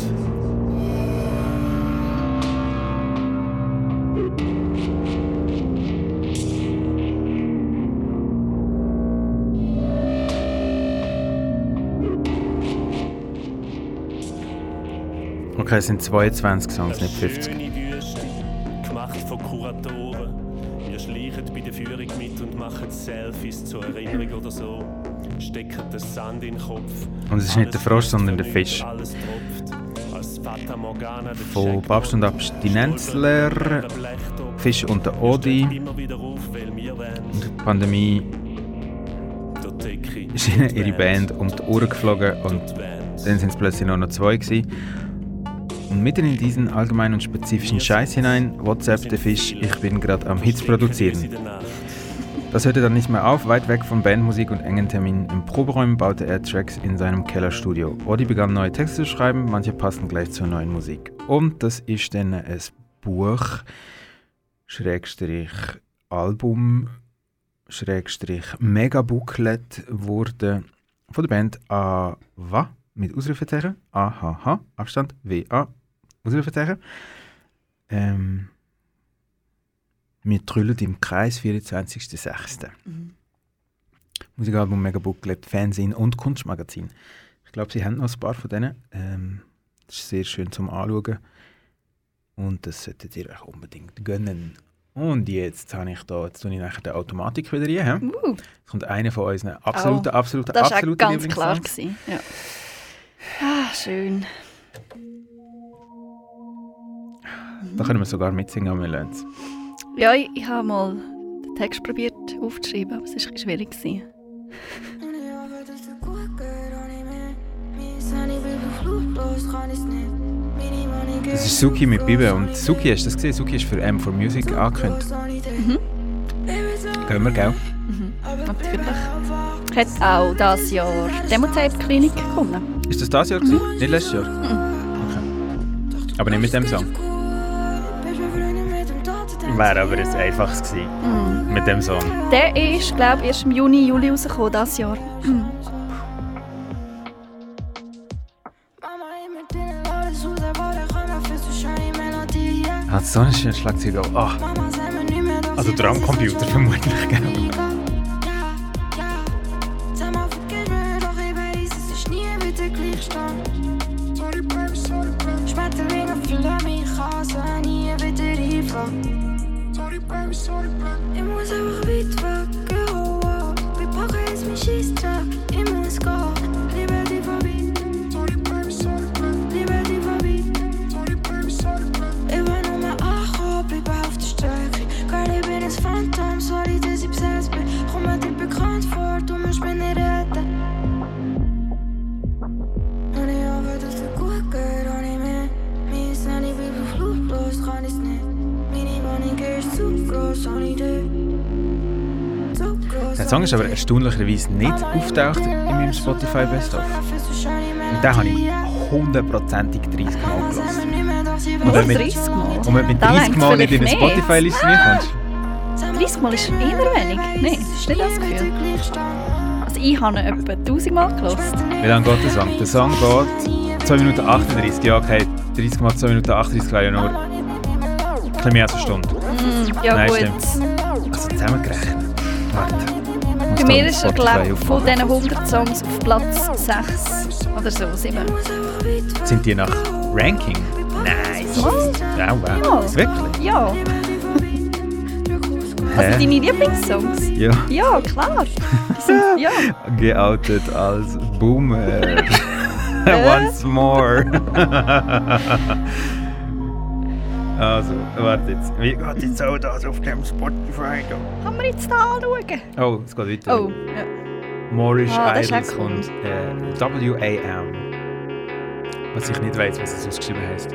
B: Okay, es sind 22 Songs, nicht 50.
F: Schöne Wüste, gemacht von Kuratoren. Wir schleichen bei der Führung mit und machen Selfies zur Erinnerung oder so. Stecken den Sand in den Kopf.
B: Und es ist nicht der Frosch, sondern der Fisch.
F: Alles tropft. Als Fata Morgana, der
B: Von
F: Jackpot,
B: Papst und Abstinenzler, Fisch und der Odi.
F: Immer wieder auf, weil wir wollen.
B: Und die Pandemie
F: Durch die Decke,
B: ist ihnen ihre Band um die Ohren geflogen und
F: durch die Wand.
B: dann sind es plötzlich nur noch 2 gewesen. Und mitten in diesen allgemeinen und spezifischen Scheiß hinein, WhatsApp der Fisch, ich bin gerade am Hits produzieren. Das hörte dann nicht mehr auf, weit weg von Bandmusik und engen Terminen im Proberäumen baute er Tracks in seinem Kellerstudio. Odi begann neue Texte zu schreiben, manche passten gleich zur neuen Musik. Und das ist dann ein Buch, Schrägstrich Album, Schrägstrich Megabooklet wurde von der Band AWA mit Ausrufezeichen, AHH, Abstand, WA, Ausrufezeichen. Wir trüllen im Kreis, 24.06. Musikalbum, Megabooklet, Fernsehen und Kunstmagazin. Ich glaube, sie haben noch ein paar von denen. Das ist sehr schön zum Anschauen. Und das solltet ihr euch unbedingt gönnen. Und jetzt tue ich nachher die Automatik wieder rein. Jetzt kommt einer von unseren absoluten
C: Das war auch ganz klar
B: Lieblingssongs.
C: gewesen. Ja. Ah, schön.
B: Da können wir sogar mitsingen, aber wir lernen es.
C: Ja, ich habe mal den Text probiert aufzuschreiben, aber es war ein bisschen schwierig gewesen.
B: Das ist Suki mit Bibe. Und Suki, hast du das gesehen? Suki ist für M4 Music angekündigt. Gehen wir, gell?
C: Natürlich. Hat auch dieses Jahr Demo-Tape-Klinik gewonnen.
B: Ist das Jahr gewesen? Nicht letztes Jahr? Okay. Aber nicht mit dem Song. Wäre aber ein einfaches gewesen. Mit dem Song.
C: Der ist, glaube ich, erst im Juni, Juli rausgekommen, dieses Jahr.
B: Hat so ein schönes Schlagzeug auch. Ah. Also Drumcomputer vermutlich, gell?
D: Ich muss einfach weit weg, oh, oh. Wir packen jetzt meinen Scheissdreck. Ich muss gehen, lieber die vorbei. Lieber die vorbei. Ich will nur mehr ankommen, bleiben auf der Strecke. Geil, ich bin ein Phantom, sorry, dass ich besetzt bin. Komm mir dir bekannt vor, du musst mich nicht retten. Und ich hoffe, dass dir gut geht, auch nicht mehr. Mir ist noch nicht wirklich fluglos, kann ich's nicht. Meine Wohnung ist zu gross, ohne dich.
B: Der Song ist aber erstaunlicherweise nicht auftaucht in meinem Spotify Best of. Und den habe ich 100%ig 30 Mal gelassen. Und wenn
C: 30 Mal?
B: Und wenn du mit
C: Da
B: 30 Mal nicht
C: reicht's
B: in eine
C: vielleicht
B: Spotify-Liste reinkommst,
C: 30 Mal ist eher wenig. Nein, das ist nicht das Gefühl. Also ich habe ihn etwa 1000 Mal gehört.
B: wie lange geht der Song? Der Song geht 2 Minuten 38. Ja, okay, 30 mal 2 Minuten 38 wäre ja nur ein bisschen mehr als eine Stunde.
C: Ja
B: Nein,
C: gut.
B: stimmt. Also zusammengerechnet. Warte.
C: Bei mir ist er, glaube ich, von diesen 100 Songs auf Platz 6 oder so, 7.
B: Sind die nach Ranking? Nice.
C: Was?
B: Ja, wow. Wirklich?
C: Ja. Also deine Lieblingssongs?
B: Ja.
C: Ja, klar. Die sind, ja.
B: Geoutet als Boomer. Once more. Also, warte jetzt. Wie geht jetzt auch das auf dem Spotify?
C: Kann man jetzt da anschauen?
B: Oh, es geht weiter.
C: Oh, ja.
B: Moorish
C: das ist
B: Idols
C: auch cool.
B: und WAM. Was ich nicht weiss, was es ausgeschrieben heisst.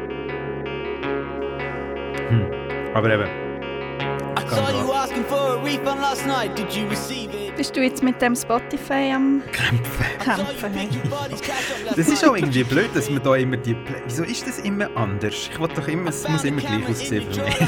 B: Aber eben.
G: I saw you asking for a refund last night. Did you receive it?
C: Bist du jetzt mit dem Spotify am Kämpfen? Hey?
B: Das ist auch irgendwie blöd, dass man da immer die... Wieso ist das immer anders? Ich will doch immer, es muss immer gleich aussehen für mich.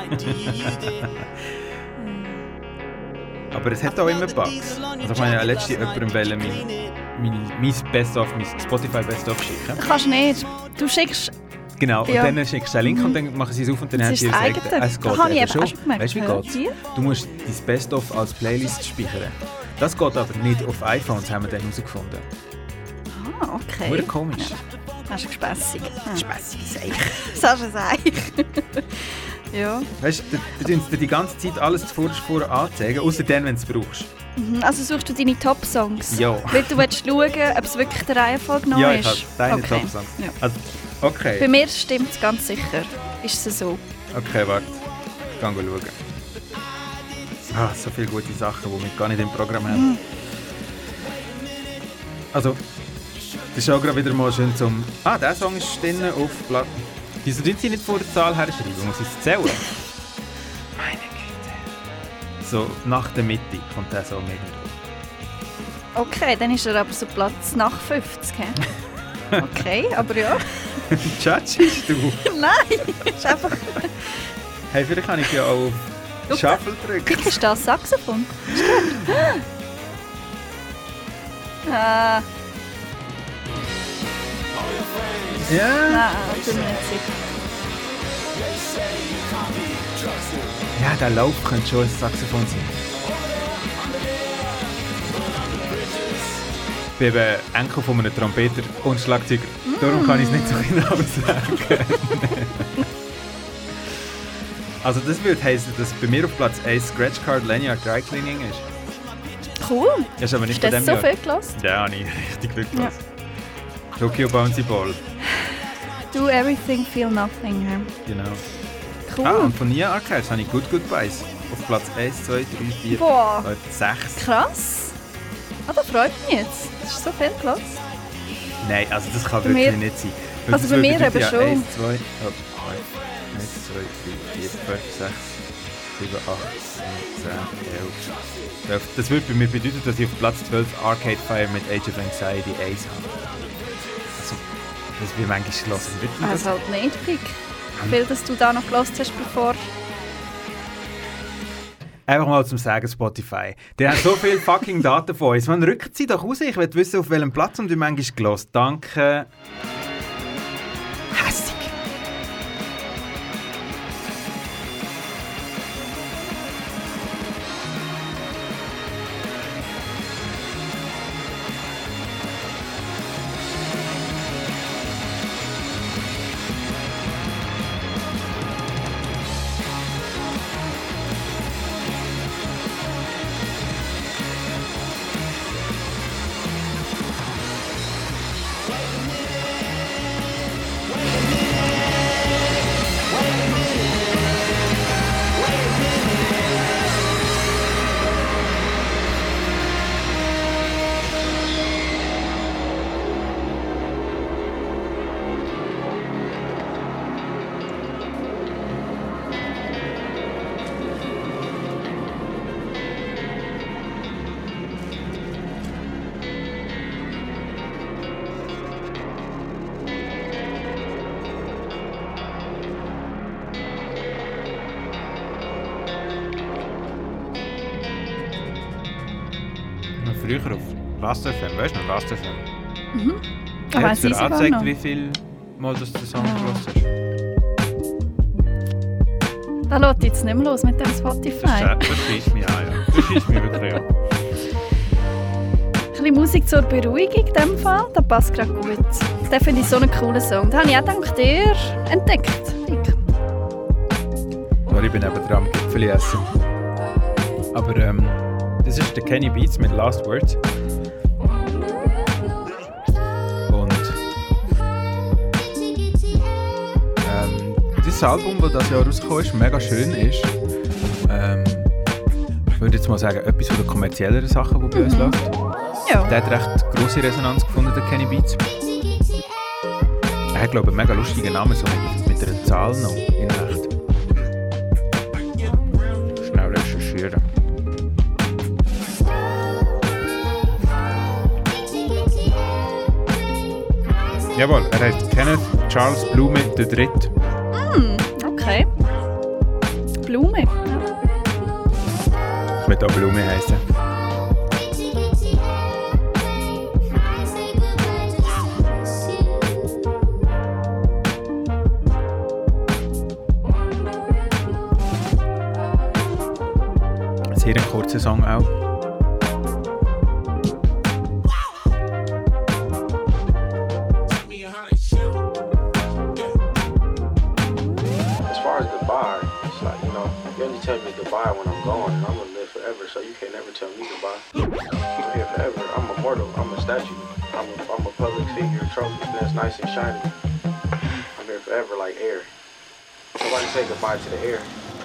B: Aber es hat auch immer Bugs. Also ich meine, letztens jemandem wollte mein Best-of, mein Spotify Best-of schicken.
C: Kannst nicht. Du schickst...
B: Genau,
C: Ja.
B: und dann schickst du den Link und dann machen sie es auf und dann
C: Das
B: haben
C: ist
B: sie
C: das
B: gesagt,
C: eigene.
B: es geht
C: Das habe ich
B: eben
C: eben auch schon gemerkt.
B: Weißt du, wie
C: Ja.
B: geht's? Du musst dein Best-of als Playlist speichern. Das geht aber nicht auf iPhones, haben wir dann herausgefunden.
C: Ah, okay.
B: Nur komisch.
C: Das ist gespässig.
B: Spässiges Eich.
C: Das ist ein Eich. Ja.
B: Weißt du, du tust dir die ganze Zeit alles zuvorderst vor anzeigen, außer dann, wenn du es brauchst.
C: Also suchst du deine Top-Songs?
B: Ja.
C: Weil du willst schauen, ob es wirklich der Reihenfolge noch
B: Ja,
C: ist?
B: ich habe deine
C: Okay.
B: Top-Songs.
C: Ja.
B: Also,
C: Bei
B: okay.
C: mir stimmt es ganz sicher. Ist es so?
B: Okay, warte. Ich kann schauen. Ah, so viele gute Sachen, die wir gar nicht im Programm haben. Also, das ist auch gerade wieder mal schön zum... Ah, der Song ist drin auf Blatt. Wieso tun sie nicht vor der Zahl herschreiben? Muss ich es zählen? Meine Güte. So, nach der Mitte kommt der Song irgendwo.
C: Okay, dann ist er aber so Platz nach 50. He? Okay, aber ja.
B: Judgest du?
C: Nein, ist einfach...
B: Hey, vielleicht kann ich ja auch auf Shuffle drücken.
C: Ist das Saxophon? Ist gut. Ah,
B: Ja.
C: nein, bin mir nicht sicher.
B: Ja, der Lauf könnte schon ein Saxophon sein. Ich bin eben Enkel von einem Trompeter und Schlagzeuger. Darum kann ich es nicht so genau sagen. Also das würde heißen, dass bei mir auf Platz 1 Scratch Card Lanyard Dry Cleaning ist.
C: Cool.
B: Das ist aber nicht
C: Hast du
B: von
C: das
B: dem
C: so
B: Jahr.
C: viel gelassen?
B: Ja, habe ich richtig Glück gelassen. Tokyo Bouncy Ball.
C: Do everything, feel nothing. He?
B: Genau.
C: Cool.
B: Ah, und von Nia Archives habe ich Good Goodbyes. Auf Platz 1, 2, 3, 4,
C: Boah.
B: 5, 6.
C: Krass. Ah, das freut mich jetzt. Das ist so viel gelassen.
B: Nein, also das kann
C: Bei
B: wirklich
C: mir-
B: nicht sein.
C: Also bei mir eben schon.
B: 1, 2, 1, 2, 3, 4, 5, 6, 7, 8, 9, 10, 11, 12. Das würde bei mir bedeuten, dass ich auf Platz 12 Arcade Fire mit Age of Anxiety 1 habe. Also, das wird manchmal gelassen.
C: Also halt nicht, Pick. Viel, dass du da noch gelassen hast, bevor...
B: Einfach mal zum Sagen Spotify. Die haben so viele fucking Daten von uns. Wann rücken sie doch raus? Ich will wissen, auf welchem Platz und wie manchmal gelassen. Danke. Hässig. Früher auf Last.fm, weißt du noch, Last.fm?
C: Da
B: Hat
C: weiss
B: dir
C: ich sogar
B: angezeigt,
C: noch.
B: wie viel Mal das der Song
C: Ja.
B: gelassen hast?
C: Da lässt jetzt nicht mehr los mit dem Spotify.
B: Das schießt mich an, ja. Das schießt mich wirklich an.
C: Ein bisschen Musik zur Beruhigung in diesem Fall, das passt gerade gut. Den finde ich so einen coolen Song. Den habe ich auch dank dir entdeckt. Rick.
B: Sorry, ich bin eben dran am Gipfeli essen. Aber das ist der Kenny Beats mit Last Words. Und dieses Album, das dieses Jahr rausgekommen ist, mega schön ist. Ich würde jetzt mal sagen, etwas von den kommerzielleren Sachen, die bei uns läuft.
C: ja.
B: Der hat recht grosse Resonanz gefunden, der Kenny Beats. Er hat, glaube ich, einen mega lustigen Namen, so mit einer Zahl noch in Recht. Schnell recherchieren. Jawohl, er heißt Kenneth Charles Blume III.
C: Okay. Blume. Ja.
B: Ich will auch Blume heißen. Ein sehr kurzer Song auch.
H: As far as goodbye, it's like, you know, you only tell me goodbye when I'm gone, and I'm gonna live forever, so you can't never tell me goodbye. I'm here forever. I'm immortal. I'm a statue. I'm a public figure, a trophy that's nice and shiny. I'm here forever like air. Nobody say goodbye to the air.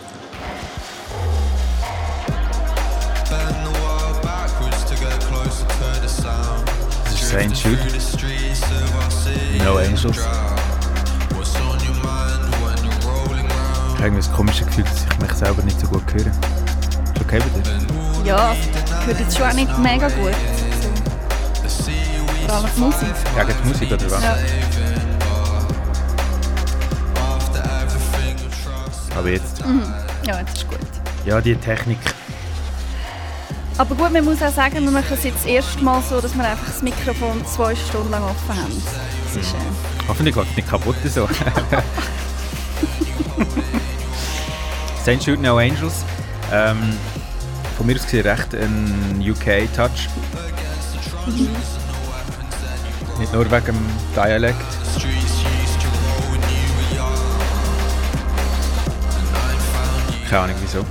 B: Das ist Saint Jude. No Angels. Ich habe irgendwie das komische Gefühl, dass ich mich selber nicht so gut höre. Ist okay bei dir?
C: Ja, ich höre jetzt schon auch nicht mega gut. Vor allem die Musik.
B: Gegen die Musik oder was?
C: Ja.
B: Aber jetzt?
C: Ja, jetzt ist gut.
B: Ja, die Technik.
C: Aber gut, man muss auch sagen, wir machen es jetzt das erste Mal so, dass wir einfach das Mikrofon 2 Stunden lang offen haben. Das ist,
B: Hoffentlich geht es nicht kaputt so. Saint Jude, No Angels. Von mir aus gesehen recht ein UK-Touch. Nicht nur wegen dem Dialekt. Keine Ahnung wieso.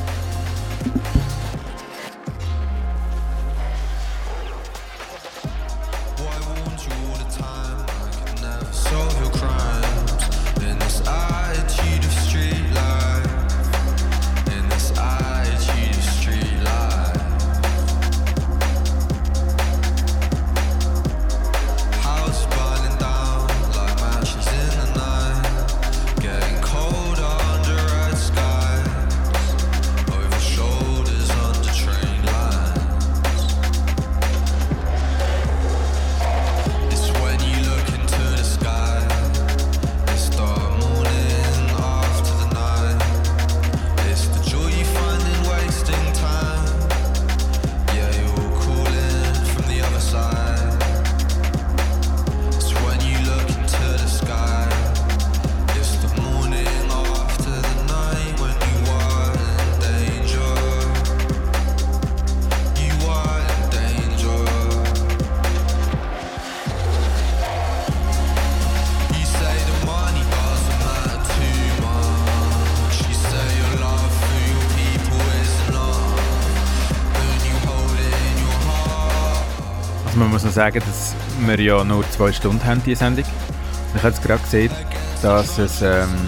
B: Man muss noch sagen, dass wir ja nur 2 Stunden haben, diese Sendung. Ich habe jetzt gerade gesehen, dass es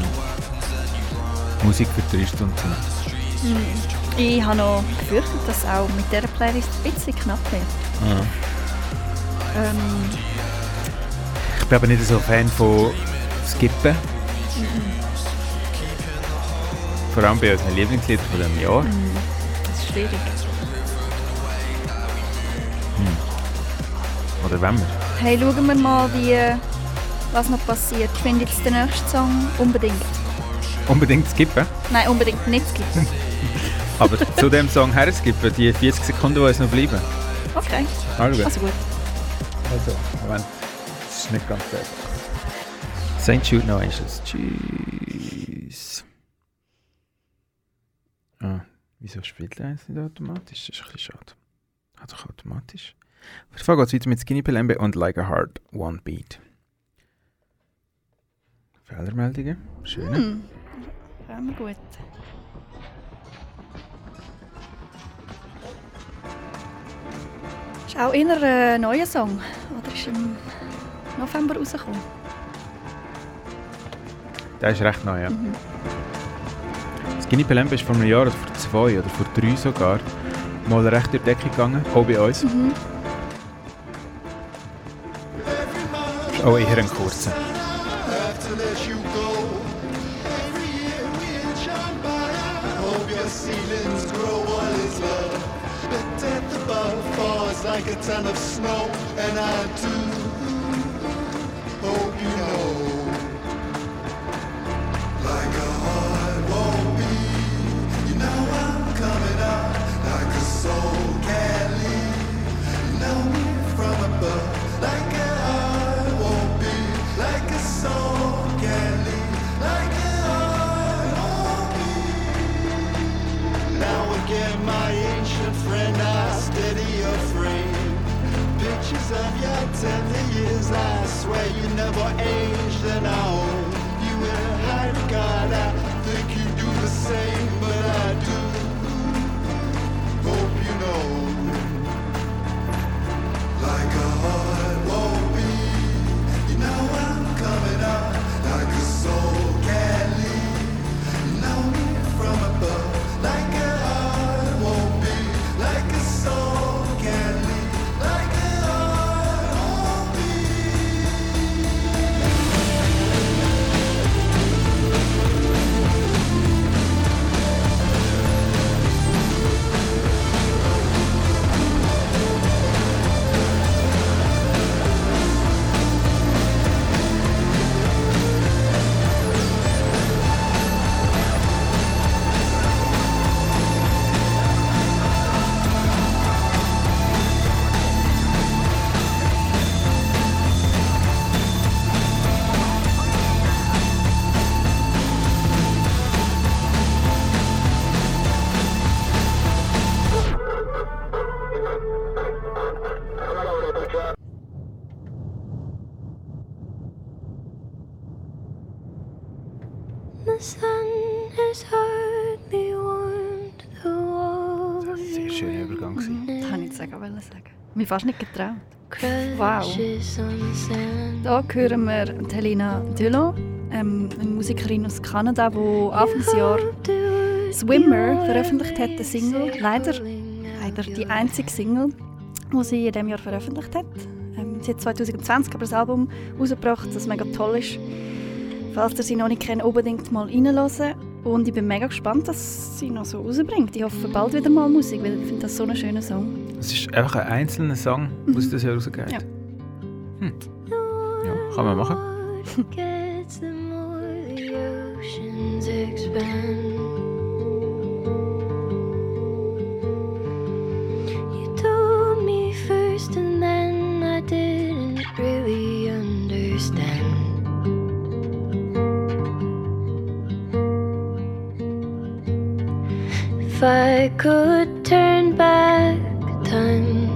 B: Musik für 3 Stunden sind.
C: Ich habe noch befürchtet, dass auch mit dieser Playlist ein bisschen knapp wird.
B: Ja. Ich bin aber nicht so ein Fan von Skippen. Vor allem bei unseren Lieblingsliedern von diesem Jahr.
C: Das ist schwierig.
B: Oder wenn wir?
C: Hey, schauen wir mal, was noch passiert. Ich finde jetzt den nächsten Song unbedingt.
B: Unbedingt skippen.
C: Nein, unbedingt nicht skippen.
B: Aber zu dem Song her skippen, die 40 Sekunden, die uns noch bleiben.
C: Okay,
B: Also
C: gut.
B: Moment. Das ist nicht ganz einfach. Saint Jude, No Angels. Tschüss. Ah, wieso spielt er jetzt nicht automatisch? Das ist ein bisschen schade. Hat doch automatisch. Auf jeden Fall geht es weiter mit Skinny Pelembe und Like a Heart, One Beat. Fehlermeldungen. Schön.
C: Immer gut. Ist auch eher ein neuer Song. Oder ist im November rausgekommen?
B: Der ist recht neu, ja. Skinny Pelembe ist vor einem Jahr oder vor 2 oder vor 3 sogar mal recht durch die Decke gegangen, auch bei uns. Oh, eher einen kurzen.
I: Like a ton of snow, and I do hope you know. Like a heart won't beat, you know I'm coming up. Like a soul can't leave, you know me from above. Like a heart won't beat, like a soul can't leave, like a heart won't beat. Now again, my ancient friend, I steady your frame. Pictures of your tender years, I swear you never aged, and I hope you in high regard. I think you do the same, but I do hope you know. Like a heart won't beat, you know I'm coming up. Like a soul can't leave, you know me from above. Like a heart won't beat, like a soul can't leave.
D: The sun has hardly warmed the wall.
B: Das war ein sehr schöner Übergang.
C: Das wollte ich jetzt sagen. Mir fast nicht getraut. Wow. Da hören wir Helena Dillon, eine Musikerin aus Kanada, die Anfangsjahr Swimmer veröffentlicht hat, eine Single. Leider die einzige Single, die sie in diesem Jahr veröffentlicht hat. Sie hat 2020 aber das Album rausgebracht, das mega toll ist. Falls ihr sie noch nicht kennt, unbedingt mal reinhören. Und ich bin mega gespannt, dass sie noch so rausbringt. Ich hoffe bald wieder mal Musik, weil ich finde das so einen schönen Song.
B: Es ist einfach ein einzelner Song, der das Jahr rausgeht.
C: Ja.
B: Ja, kann man machen.
D: Gets, the more the oceans expand. You told me first and then I didn't really understand. If I could turn back time,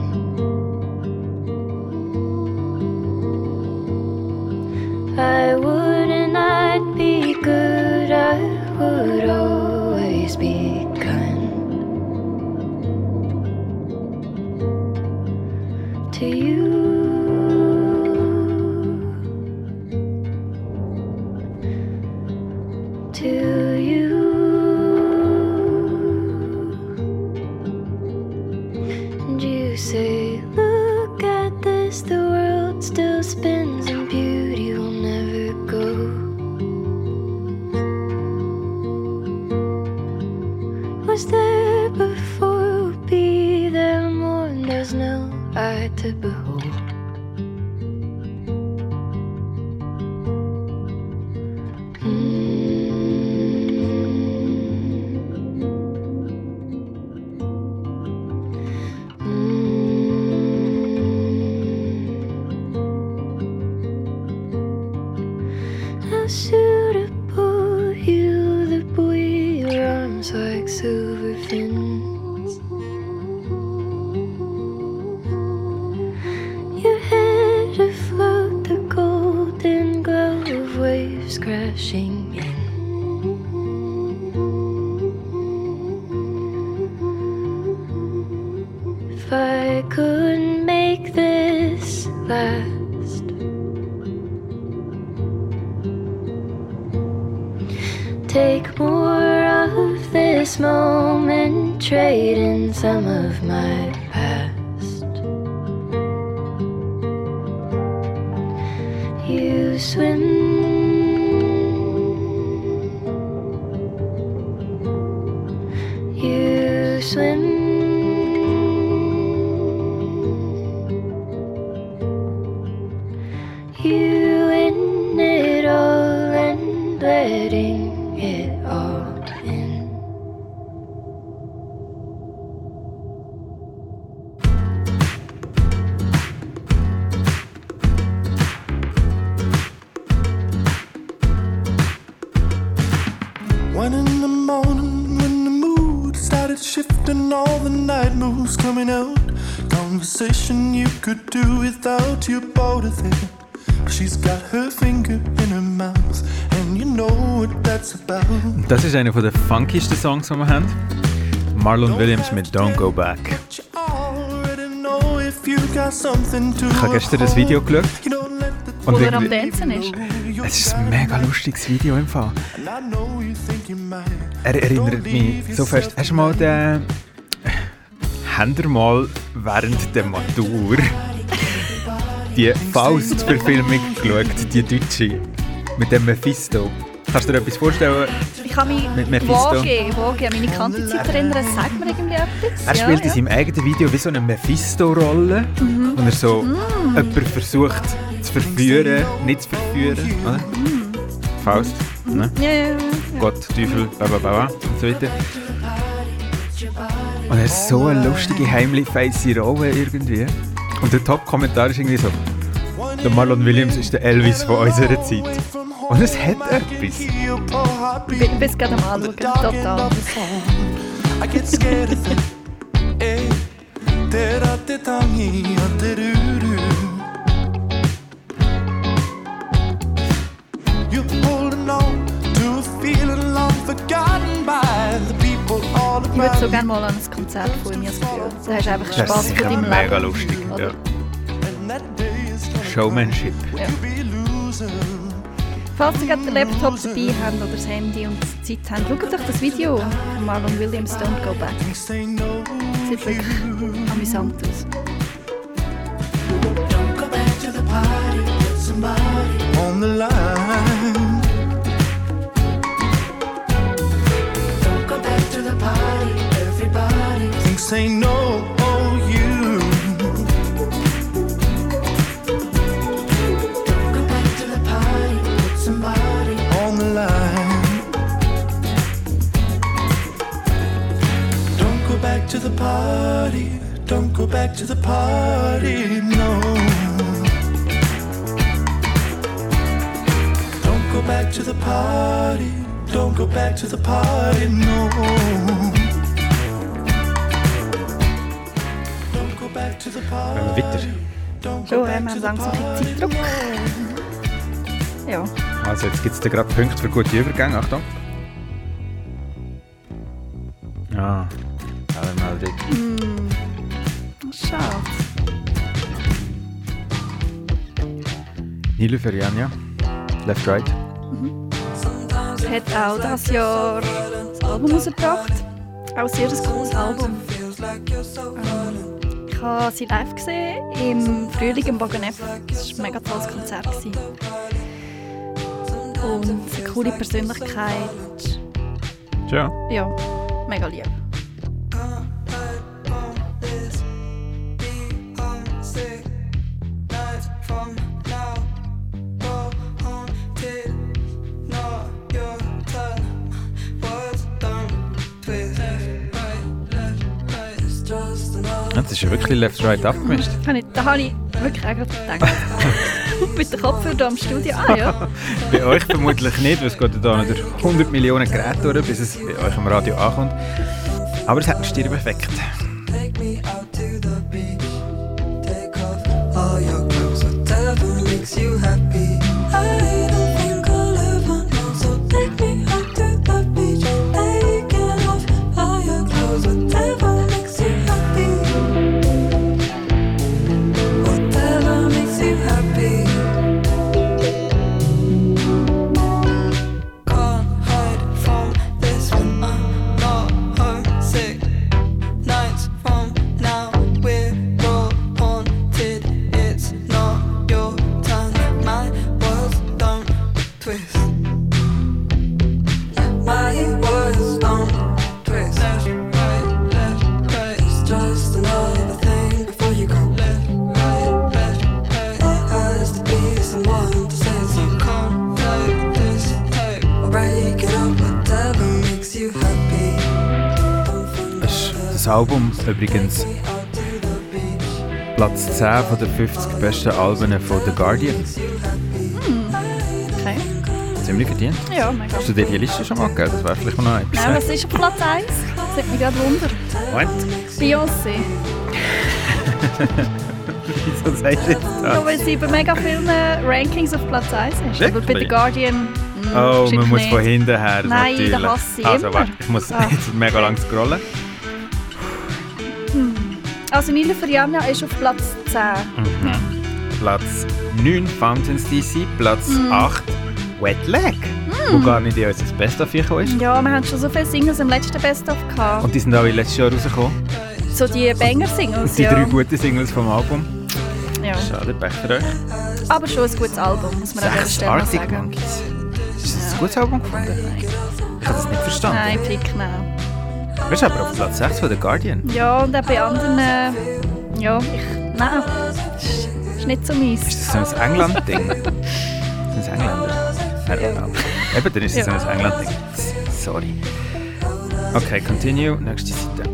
D: I would and I'd be good, I would always be kind to you. To you. And you say, look at this, the world still spins and beauty will never go. Was there before, will be there more, and there's no eye to behold. How suitable you, the boy, your arms like silver fins. Your head afloat, the golden glow of waves crashing in. If I could make this last, take more of this moment, trade in some of my past. swim. You swim. You in it all and letting it all in.
I: One in the morning when the mood started shifting, all the night moves coming out. Conversation you could do without your boat there. She's got her finger in her mouth, and you know what that's about.
B: Das ist einer der funkiesten Songs, die wir haben. Marlon Williams mit Don't Go Back.
I: You already know if you got something to
B: Ich habe gestern das Video geschaut.
C: Wo
B: Und
C: er am
B: irgendwie-
C: Dancen ist.
B: es ist ein mega lustiges Video im Fall.
I: And I know you think you might.
B: Er erinnert mich so fest. Hast du mal den... Habt ihr mal während der Matur die Faust-Verfilmung geschaut, die deutsche, mit dem Mephisto? Kannst du dir etwas vorstellen?
C: Ich kann mich
B: Mit Mephisto.
C: vage an meine Kanti-Zeit erinnern. Sagt mir irgendwie etwas?
B: Er spielt in seinem eigenen Video wie so eine Mephisto-Rolle, wo er so jemanden versucht zu verführen, nicht zu verführen. Oder? Faust, ne?
C: Ja.
B: Gott, Teufel, bla und so weiter. Und er ist so eine lustige, heimlich-feisse Rolle irgendwie. Und der Top-Kommentar ist irgendwie so: der Marlon Williams ist der Elvis von unserer Zeit. Und es hat etwas.
C: Ich bin es gerade am Anschauen. Total.
I: I get scared of them. Eh, te-ra-te-tangi, te-ru-ru. You're holding on to a feeling long forgotten by the people all
C: Ich würde so
I: around
C: gerne mal an ein Konzert von mir das Gefühl. Da hast du einfach
B: Das ist
C: Spass von
B: sicher
C: deinem
B: mega
C: Leben.
B: lustig.
C: Oder?
B: Ja.
I: and that day is coming.
B: Showmanship.
C: Ja.
I: Be losing.
C: Falls ihr gerade den Laptop dabei habt oder das Handy und Zeit habt, schaut euch das Video von Marlon Williams «Don't Go Back».
I: Say no.
C: Sieht wirklich amüsant aus.
I: Don't go back to the party with somebody on the line. Don't go back to the party, everybody thinks they know you. Don't go back to the party with somebody on the line. Don't go back to the party. Don't go back to the party, no. Don't go back to the party. Don't go back to the party, no. Don't go back to the party.
B: Weiter.
I: Don't
C: So,
I: go
C: wir
I: back
C: haben
I: to the
C: langsam ein
I: party.
C: bisschen Zeitdruck. Ja.
B: Also jetzt gibt es gerade Punkte für gute Übergänge. Achtung. Ah, Meldung.
C: Schade.
B: Nilo Feriania, Left Right.
C: Hat auch dieses Jahr das Album rausgebracht. Auch ein sehr cooles Album. Ich habe sie live gesehen im Frühling im Bogenef. Das war ein mega tolles Konzert. Und eine coole Persönlichkeit.
B: Ja.
C: Ja, mega lieb.
B: Das ist ja wirklich Left Right abgemischt.
C: Da habe ich wirklich auch gerade gedacht. Mit dem Kopfhörer am Studio. Ah ja.
B: Bei euch vermutlich nicht, weil es geht ja da durch 100 Millionen Geräte durch, bis es bei euch am Radio ankommt. Aber es hat einen Stirneffekt.
J: Take me out to the beach. Take off all your clothes, whatever makes you happy. I don't think I'll ever know, so take me out to the beach. Taking off all your clothes, whatever makes you happy. Whatever makes you happy. Can't hide from this when I'm not homesick. Nights from now we're all haunted. It's not your time. My world's makes you happy.
B: Das Album übrigens Platz 10 von den 50 besten Alben von The Guardian.
C: Okay.
B: Ziemlich verdient.
C: Ja, mega.
B: Hast du dir die Liste schon mal gegeben? Das wäre vielleicht noch etwas.
C: Nein, was ist auf Platz 1? Das hat mich gerade Wunder.
B: What?
C: Beyoncé.
B: Wieso sagst du jetzt das?
C: Nur weil sie bei mega vielen Rankings auf Platz 1 ist. Aber bei
B: Wirklich?
C: The Guardian.
B: Oh, man muss
C: nicht.
B: von hinten her.
C: Nein,
B: natürlich.
C: da hasse ich
B: Also
C: immer.
B: warte, ich muss jetzt mega lang scrollen.
C: Also Nina Fariana ist auf Platz 10.
B: Platz 9 Fountains DC, Platz 8 Wet Leg, wo gar nicht in unser Best-of gekommen ist.
C: Ja, wir haben schon so viele Singles im letzten Best-of gehabt.
B: Und die sind alle letztes Jahr rausgekommen.
C: So die Banger-Singles,
B: Die
C: ja.
B: 3 guten Singles vom Album.
C: Ja.
B: Schade, Pech für euch.
C: Aber schon ein gutes Album, muss man an dieser
B: 6
C: Stelle noch
B: Arctic
C: sagen.
B: Monkeys. Ist das ein gutes Album gefunden? Ich habe das nicht verstanden.
C: Nein, Pick nein.
B: Du bist aber auf Platz 6 von The Guardian.
C: Ja, und auch bei anderen... Nein, ist nicht so meins.
B: Ist das so ein England-Ding? Sind das Engländer? Ja. Eben, dann ist es so ein England-Ding. Sorry. Okay, continue. Nächste Seite.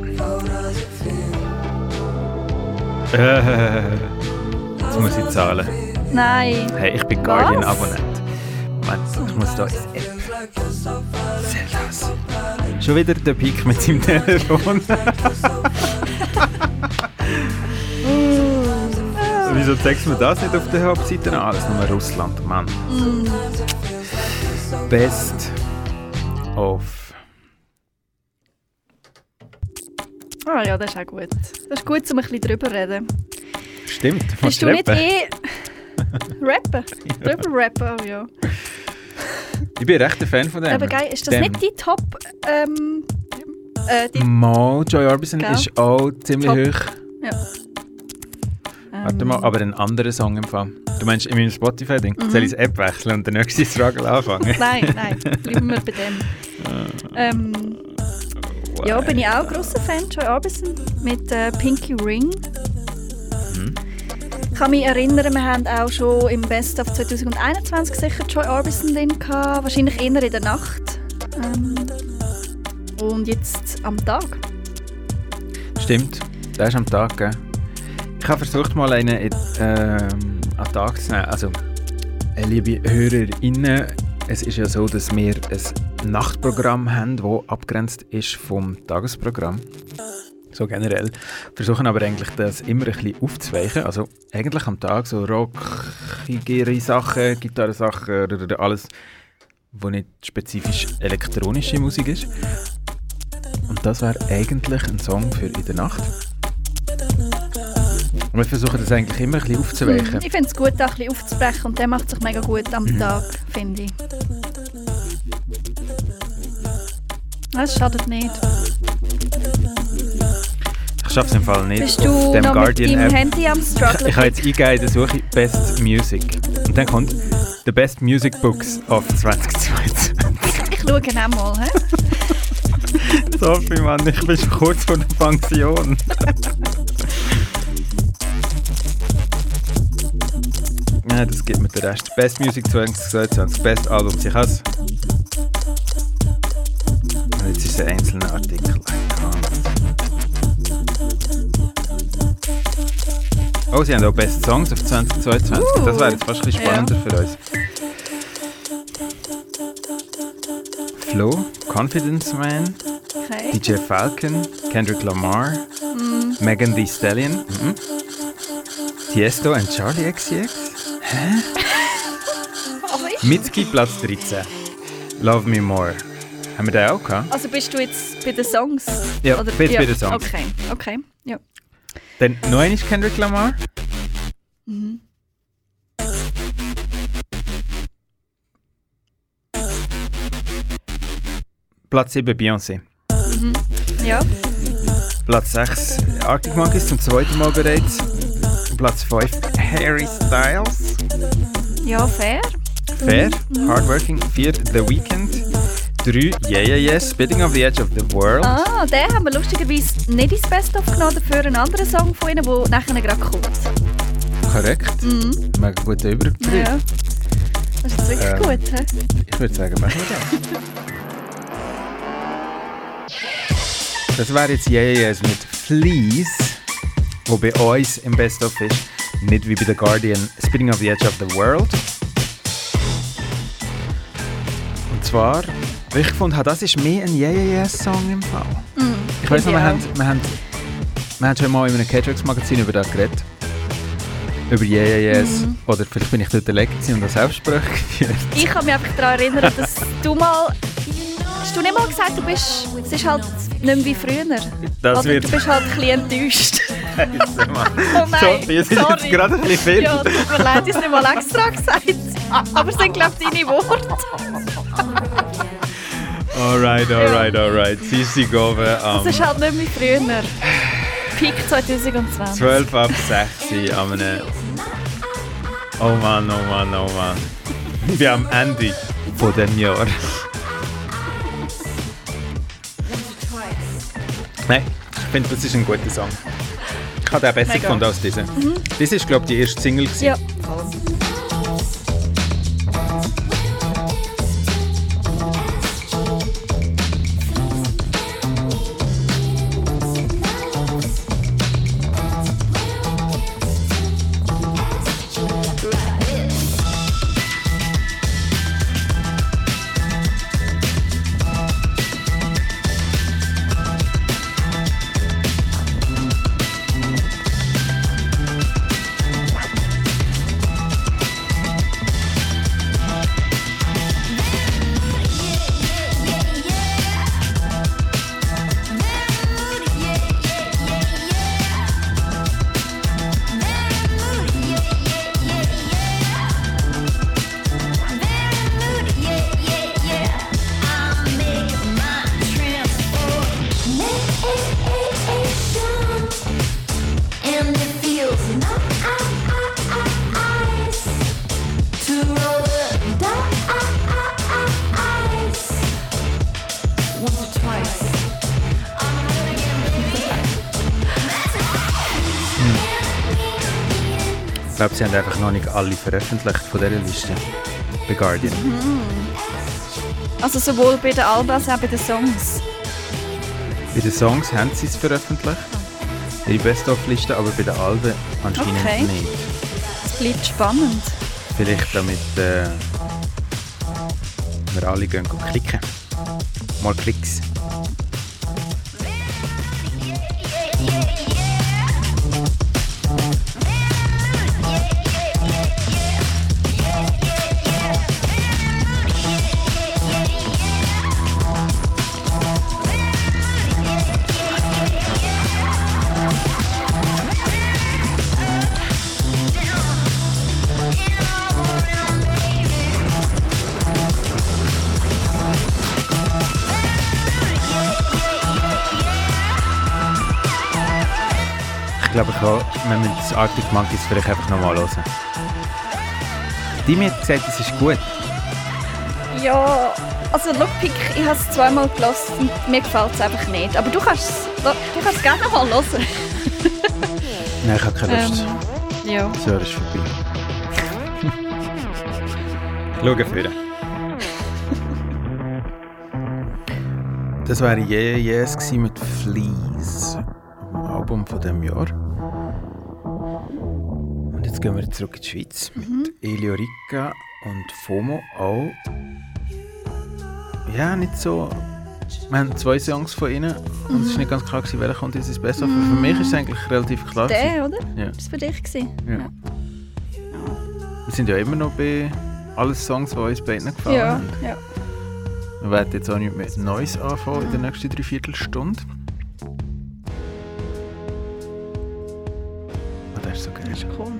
B: Jetzt muss ich zahlen.
C: Nein.
B: Hey, ich bin Guardian-Abonnent. Moment, ich muss da ins App. Zeldas. Schon wieder der Peak mit seinem Telefon. Wieso zeigst du mir das nicht auf der Hauptseite an? Das ist nur Russland, Mann. Best of.
C: Ah ja, das ist auch gut. Das ist gut, um ein bisschen drüber zu reden.
B: Stimmt, du
C: Hast
B: musst
C: du nicht
B: rappen.
C: rappen? Drüber rappen, oh ja.
B: Ich bin recht ein Fan von dem.
C: Aber geil, ist das
B: Dem.
C: nicht die Top... die
B: Mo, Joy Orbison
C: Gell?
B: ist auch ziemlich
C: Top.
B: hoch.
C: Ja.
B: Warte mal, aber ein anderer Song im Fall. Du meinst in meinem Spotify-Ding? Soll ich das App wechseln und den nächsten Struggle anfangen?
C: Nein, bleiben wir bei dem. Ja, bin ich auch ein grosser Fan, Joy Orbison, mit Pinky Ring. Ich kann mich erinnern, wir haben auch schon im Best of 2021 sicher Joy Orbison drin gehabt, wahrscheinlich eher in der Nacht. Und jetzt am Tag.
B: Stimmt, der ist am Tag, gell? Ich habe versucht, mal einen an den Tag zu nehmen. Also, liebe HörerInnen, es ist ja so, dass wir ein Nachtprogramm haben, das abgrenzt ist vom Tagesprogramm. So generell. Versuchen aber eigentlich das immer ein bisschen aufzuweichen. Also eigentlich am Tag so rockigere Sachen, Gitarrensachen, alles, was nicht spezifisch elektronische Musik ist. Und das wäre eigentlich ein Song für in der Nacht. Und wir versuchen das eigentlich immer ein bisschen aufzuweichen.
C: Ich finde es gut, da ein bisschen aufzubrechen und der macht sich mega gut am Tag, finde ich. Das schadet nicht.
B: Ich schaffe es im Fall nicht.
C: Bist
B: auf
C: du
B: dem
C: noch
B: Guardian
C: mit deinem
B: App.
C: Handy am Struggle?
B: Ich habe jetzt eingegeben in der Suche Best Music. Und dann kommt The Best Music Books of 2022.
C: Ich schaue auch mal. He?
B: Sophie, Mann, ich bin schon kurz vor der Pension. Ja, das gibt mir den Rest. Best Music 2022, Best Albums. Ich has. Und jetzt ist ein einzelner Artikel. Oh, sie haben auch Best Songs auf 2022. Das wäre jetzt fast ein bisschen spannender für uns. Flo, Confidence Man,
C: Okay.
B: DJ Falcon, Kendrick Lamar, Megan Thee Stallion, Tiesto und Charlie XCX. Mitski Platz 13. Love Me More. Haben wir den auch gehabt?
C: Also bist du jetzt bei den Songs?
B: Ja, bin jetzt bei den Songs.
C: Okay. Ja.
B: Dann noch einmal Kendrick Lamar. Platz 7 Beyoncé.
C: Ja.
B: Platz 6 Arctic Monkeys zum zweiten Mal bereits. Platz 5 Harry Styles.
C: Ja, fair.
B: Fair. Hardworking. 4 The Weeknd. 3 Yeah Yes, Spitting of the Edge of the World.
C: Ah, den haben wir lustigerweise nicht ins Best-of genommen, dafür einen anderen Song von ihnen, der nachher gerade kommt.
B: Korrekt. Mega guter Überblick.
C: Ja. Das ist jetzt wirklich gut, hä?
B: Ich würde sagen, machen wir Das wäre jetzt Yes mit Fleas, wo bei uns im Best-of ist. Nicht wie bei The Guardian, Spinning off the Edge of the World. Und zwar, wie ich gefunden habe, das ist mehr ein Yes-Song im Fall. Ich weiss noch, wir haben schon mal in einem K-Tracks-Magazin über das geredet. Über Yes. Oder vielleicht bin ich dort allein und das Selbstgespräch geführt.
C: Ich kann mich einfach daran erinnern, dass du mal... Hast du nicht mal gesagt, es ist halt nicht mehr wie früher?
B: Das
C: oder du bist halt ein bisschen enttäuscht.
B: Oh nein, sorry, es ist jetzt gerade ein bisschen viel.
C: Ja, tut mir leid, ich habe es nicht mal extra gesagt. Aber es sind, glaube ich, deine Worte.
B: Alright. Sissi Gove
C: Es ist halt nicht mehr wie früher. Peak 2020.
B: 12 ab 6 an einem... Oh Mann. Ich bin am Ende von diesem Jahr. Nein, ich finde, das ist ein guter Song. Ich habe den besser gefunden als diesen. Das war, glaube ich, die erste Single.
C: Ja.
B: Ich glaube, sie haben einfach noch nicht alle veröffentlicht von dieser Liste. Bei Guardian.
C: Also sowohl bei den Alben als auch bei den Songs.
B: Bei den Songs haben sie es veröffentlicht. Ihre Best-of-Liste, aber bei den Alben anscheinend nicht.
C: Es bleibt spannend.
B: Vielleicht damit wir alle gehen klicken. Mal Klicks. Ich glaube, wir müssen das Arctic Monkeys vielleicht einfach nochmal hören. Die mir hat gesagt, es ist gut.
C: Ja, also Lookpick, ich habe es zweimal gehört und mir gefällt es einfach nicht. Aber du kannst es gerne nochmal hören.
B: Nein, ich habe keine Lust.
C: Ja.
B: So, das ist vorbei. Schau für. Das wäre Yes mit Fleas. Album von diesem Jahr. Und jetzt gehen wir zurück in die Schweiz mit Elio Ricca und FOMO auch. Ja, nicht so. Wir haben 2 Songs von ihnen und es war nicht ganz klar, welcher kommt jetzt besser. Für mich ist es eigentlich relativ klar.
C: Der, oder?
B: Ja.
C: Das war für dich.
B: Ja. Wir sind ja immer noch bei allen Songs, die uns beiden gefallen haben.
C: Ja.
B: Wir werden jetzt auch nicht mit Neues anfangen in der nächsten 3/4 Stunde. Das ist so geil.
C: Das ist cool.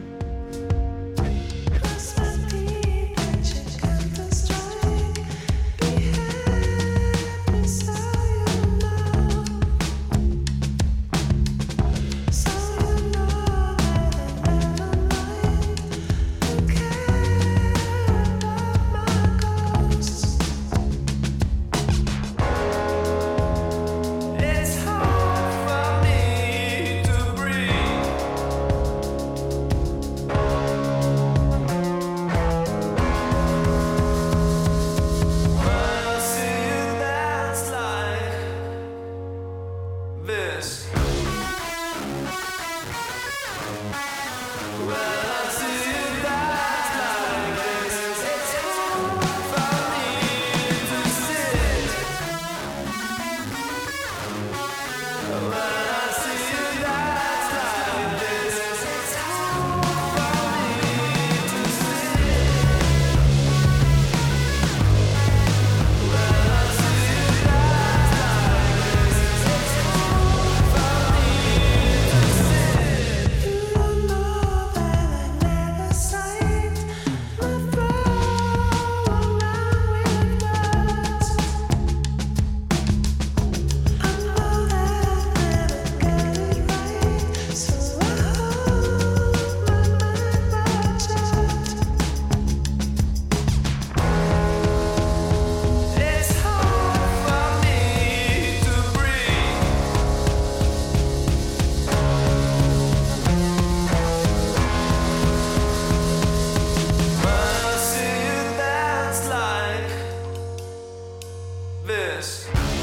I: this.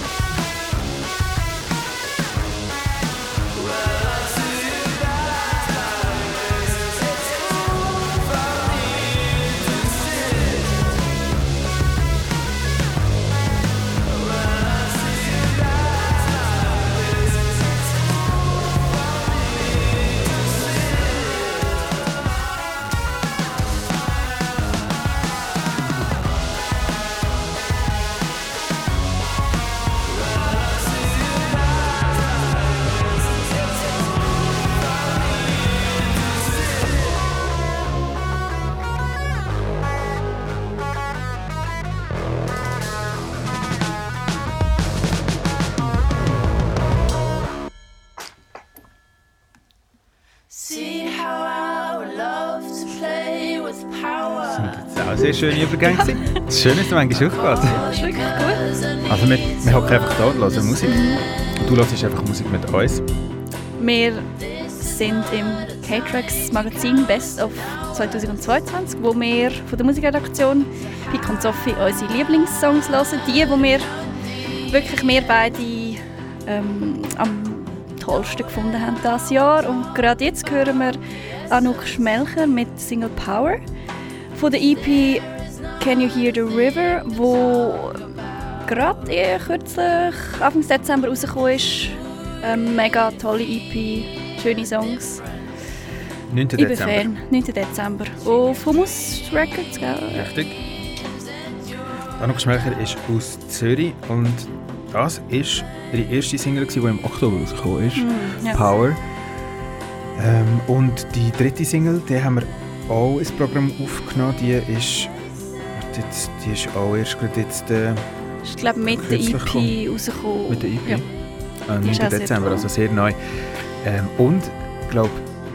D: See how I would love to play with power.
B: Das war auch sehr schöne Übergänge. Das Schöne ist, wenn es manchmal aufgeht.
C: Das ist wirklich gut.
B: Also wir hocken einfach da und hören Musik. Und du hörst einfach Musik mit uns.
C: Wir sind im K-Tracks Magazin Best of 2022, wo wir von der Musikredaktion Pik und Sophie unsere Lieblingssongs hören. Die wir wirklich wir beide am tollsten gefunden haben dieses Jahr. Und gerade jetzt hören wir Anouk Schmelcher mit Single Power von der EP Can You Hear the River, wo gerade kürzlich, Anfang Dezember rausgekommen ist. Mega tolle EP, schöne Songs.
B: 9.
C: Ich bin
B: Dezember.
C: Fan, 9. Dezember. Auf Hummus Records, gell?
B: Richtig. Anouk Schmelcher ist aus Zürich und das war ihre erste Single, die im Oktober rausgekommen ist.
C: Ja.
B: Power. Und die dritte Single, die haben wir auch ins Programm aufgenommen. Die ist auch erst gerade jetzt
C: Ich glaube mit der
B: kürzlich
C: EP rausgekommen.
B: mit der EP.
C: Ja. Die
B: 9.
C: ist auch sehr
B: Dezember,
C: toll.
B: also sehr neu. Und ich glaube,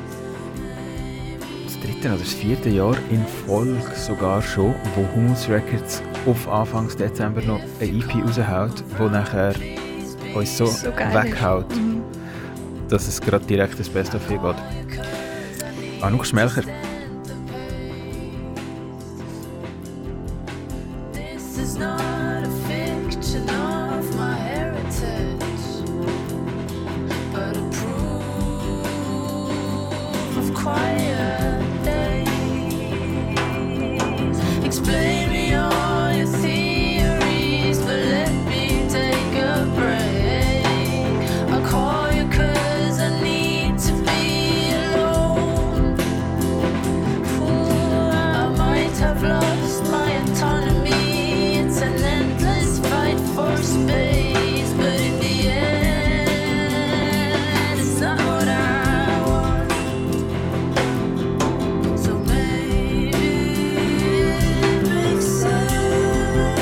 B: das dritte oder das vierte Jahr in Folge sogar schon, wo Hummus Records auf Anfangs Dezember noch eine EP raushaut, die nachher uns so
C: geil
B: weghaut,
C: ist. Mhm.
B: dass es gerade direkt das Beste auf ihr geht. Anouk Schmelcher.
D: This is not a fiction of my heritage, but a proof of quiet days. Explain me all your theories, but let me take a break. I call you 'cause I need to be alone. I might have lost my autonomy. It's an endless fight for space, but in the end, it's not what I want. So maybe it makes sense.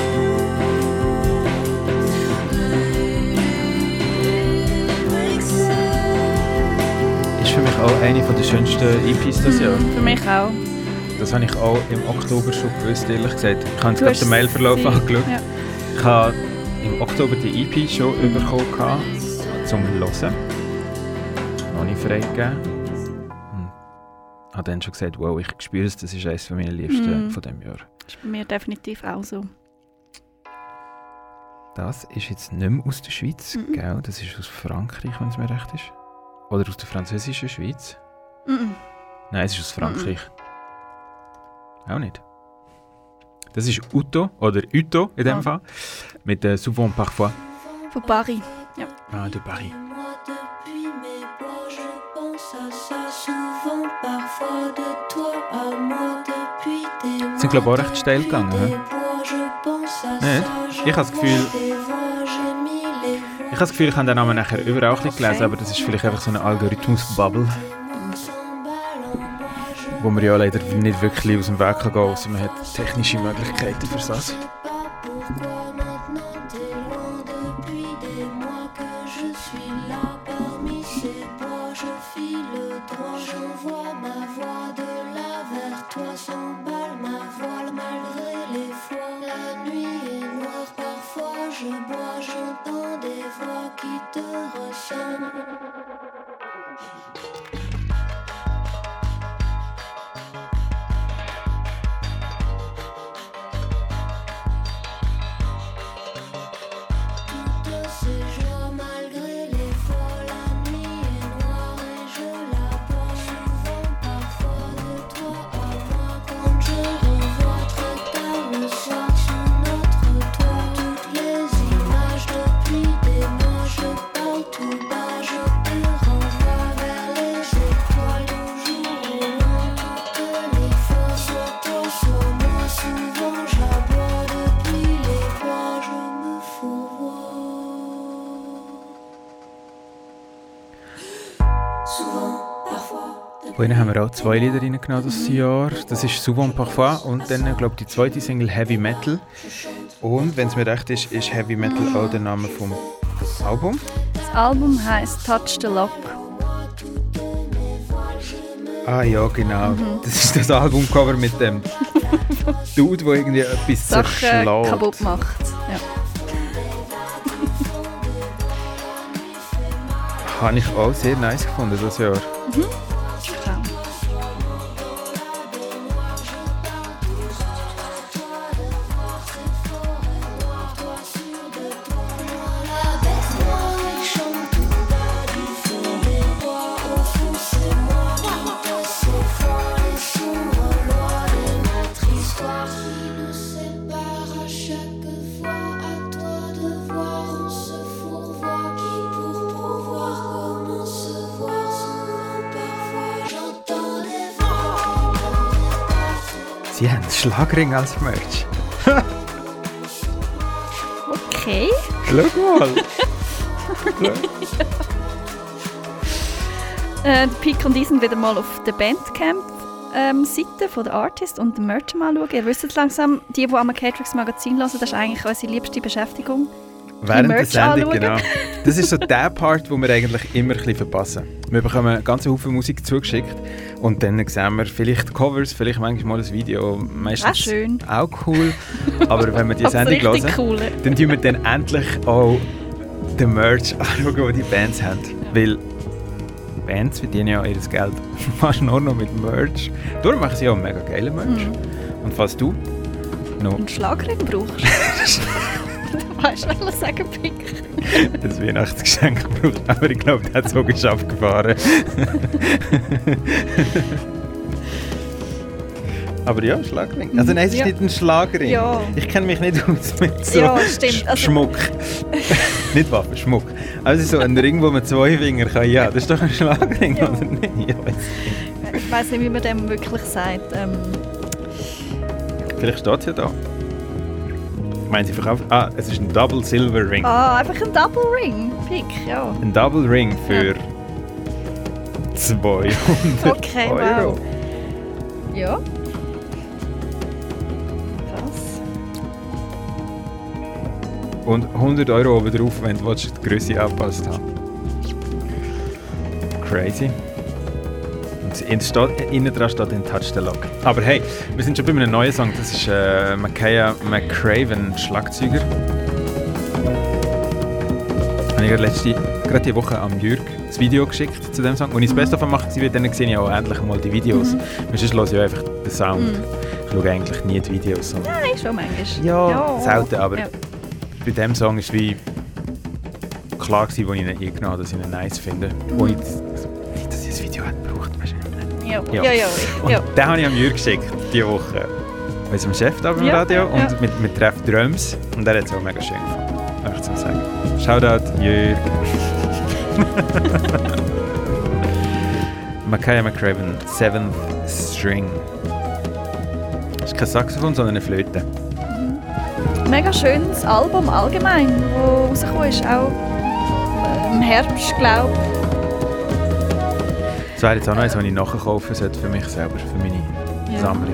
D: Maybe it makes sense.
B: Ist für mich auch eine der schönsten EPs dieses Jahr.
C: Für mich auch.
B: Das habe ich auch im Oktober schon gewusst, ehrlich gesagt. Ich habe
C: Du
B: gerade
C: hast
B: den Mailverlauf
C: sie-
B: angeschaut.
C: Ja.
B: Ich habe im Oktober die EP schon bekommen zum Hören. Noch nicht freigegeben. Und habe dann schon gesagt, wow, ich spüre es, das ist eines meiner Liebsten von diesem Jahr.
C: Das ist bei mir definitiv auch so.
B: Das ist jetzt nicht mehr aus der Schweiz, gell? Das ist aus Frankreich, wenn es mir recht ist. Oder aus der französischen Schweiz.
C: Mhm.
B: Nein, es ist aus Frankreich. Auch nicht. Das ist Uto, oder Uto in dem Fall, mit Souvent Parfois.
C: Von Paris. Ja.
B: Ah, de Paris.
D: Moi depuis mes bois, je pense à ça souvent, parfois de toi à moi depuis des mois.
B: Sind, glaube ich, auch recht steil gegangen.
D: Des
B: He?
D: bois, je pense à
B: Nicht?
D: ça,
B: Ich habe das Gefühl,
D: des voix, j'ai mis les voix.
B: ich habe den Namen nachher überall ein bisschen gelesen, aber das ist vielleicht einfach so eine Algorithmus-Bubble, wo man ja leider nicht wirklich aus dem Weg gehen kann, außer man hat technische Möglichkeiten für das.
D: Pourquoi maintenant t'es loin depuis des mois que je suis là parmi ces bois, je file droit, j'envoie ma voix de là vers toi, s'emballe ma voile malgré l'effort. La nuit est noire, parfois je bois, j'entends des voix qui te ressemblent.
B: Und dann haben wir auch 2 Lieder reingenommen dieses Jahr. Das ist «Souvent Parfois» und dann, glaube ich, die zweite Single «Heavy Metal». Und, wenn es mir recht ist, ist «Heavy Metal» auch der Name vom Album.
C: Das Album heisst «Touch the Lock».
B: Ah ja, genau. Das ist das Albumcover mit dem Dude, der irgendwie etwas
C: Sachen
B: zerschlägt.
C: kaputt macht. Ja.
B: Habe ich auch sehr nice gefunden das Jahr. Sie haben Schlagring als Merch.
C: Okay.
B: Schau mal.
C: Pick und ich sind wieder mal auf der Bandcamp-Seite von der Artist und den Merch mal schauen. Ihr wisst jetzt langsam, die am Macatrix Magazin hören, das ist eigentlich unsere liebste Beschäftigung.
B: Während der
C: Merch
B: Sendung,
C: anschauen.
B: genau. Das ist so der Part, den wir eigentlich immer ein bisschen verpassen. Wir bekommen einen ganzen Haufen Musik zugeschickt und dann sehen wir vielleicht Covers, vielleicht manchmal mal ein Video. Meistens
C: Auch schön.
B: Auch cool. Aber wenn wir die
C: Das
B: Sendung hören,
C: richtig cool.
B: dann tun wir dann endlich auch den Merch anschauen, den die Bands haben. Weil Bands verdienen ja ihr Geld fast nur noch mit Merch. Darum machen sie auch mega geile Merch. Und falls du noch
C: einen Schlagring brauchst. Weißt du, was ich sagen, Pick?
B: das Weihnachtsgeschenk braucht, aber ich glaube, der Zug ist abgefahren. Aber ja, Schlagring. Also nein, es ist nicht ein Schlagring.
C: Ja.
B: Ich kenne mich nicht aus mit so
C: Ja, stimmt. Also-
B: Schmuck. Nicht Waffen, Schmuck. Also so ein Ring, wo man 2 Finger kann. Ja, das ist doch ein Schlagring,
C: Ja.
B: oder nicht? Ja,
C: Ich weiss nicht, wie man dem wirklich sagt.
B: vielleicht steht es ja da. Ich meine, sie verkaufen... Ah, es ist ein Double Silver Ring.
C: Einfach ein Double Ring. Pick, ja.
B: Ein Double Ring für 200
C: Okay,
B: Euro.
C: wow. Ja. Krass.
B: Und 100 Euro oben drauf, wenn du die Größe angepasst haben. Crazy. Und innen dran steht ein Touch the Lock. Aber hey, wir sind schon bei einem neuen Song. Das ist Makaya McCraven, Schlagzeuger. Habe ich gerade die Woche am Jürg das Video geschickt zu dem Song. Als ich das Beste davon mache, dann sehe ich auch endlich mal die Videos. Weil sonst höre ich ja einfach den Sound. Ich schaue eigentlich nie die Videos.
C: Nein, schon manchmal.
B: Ja, selten, aber
C: Ja.
B: bei diesem Song ist es wie klar gewesen, als ich ihn eingenommen habe, dass ich ihn nice finde. Ohne dass ich ein Video hätte gebraucht. Weißt du?
C: Ja,
B: Ja.
C: ja, ja.
B: Und
C: ja.
B: den habe ich am Jürg geschickt, diese Woche. Unserem Chef da beim
C: Ja,
B: Radio.
C: ja.
B: Und wir treffen Drums. Und der hat es auch mega schön gefunden. Einfach zum Sagen. Shoutout, Jürg. Makaya McCraven, 7th String. Das ist kein Saxophon, sondern eine Flöte.
C: Mega schönes Album allgemein, das rausgekommen ist. Auch im Herbst, glaube ich.
B: Das wäre jetzt auch noch eins, was ich nachkaufen sollte für mich selber, für meine Sammlung.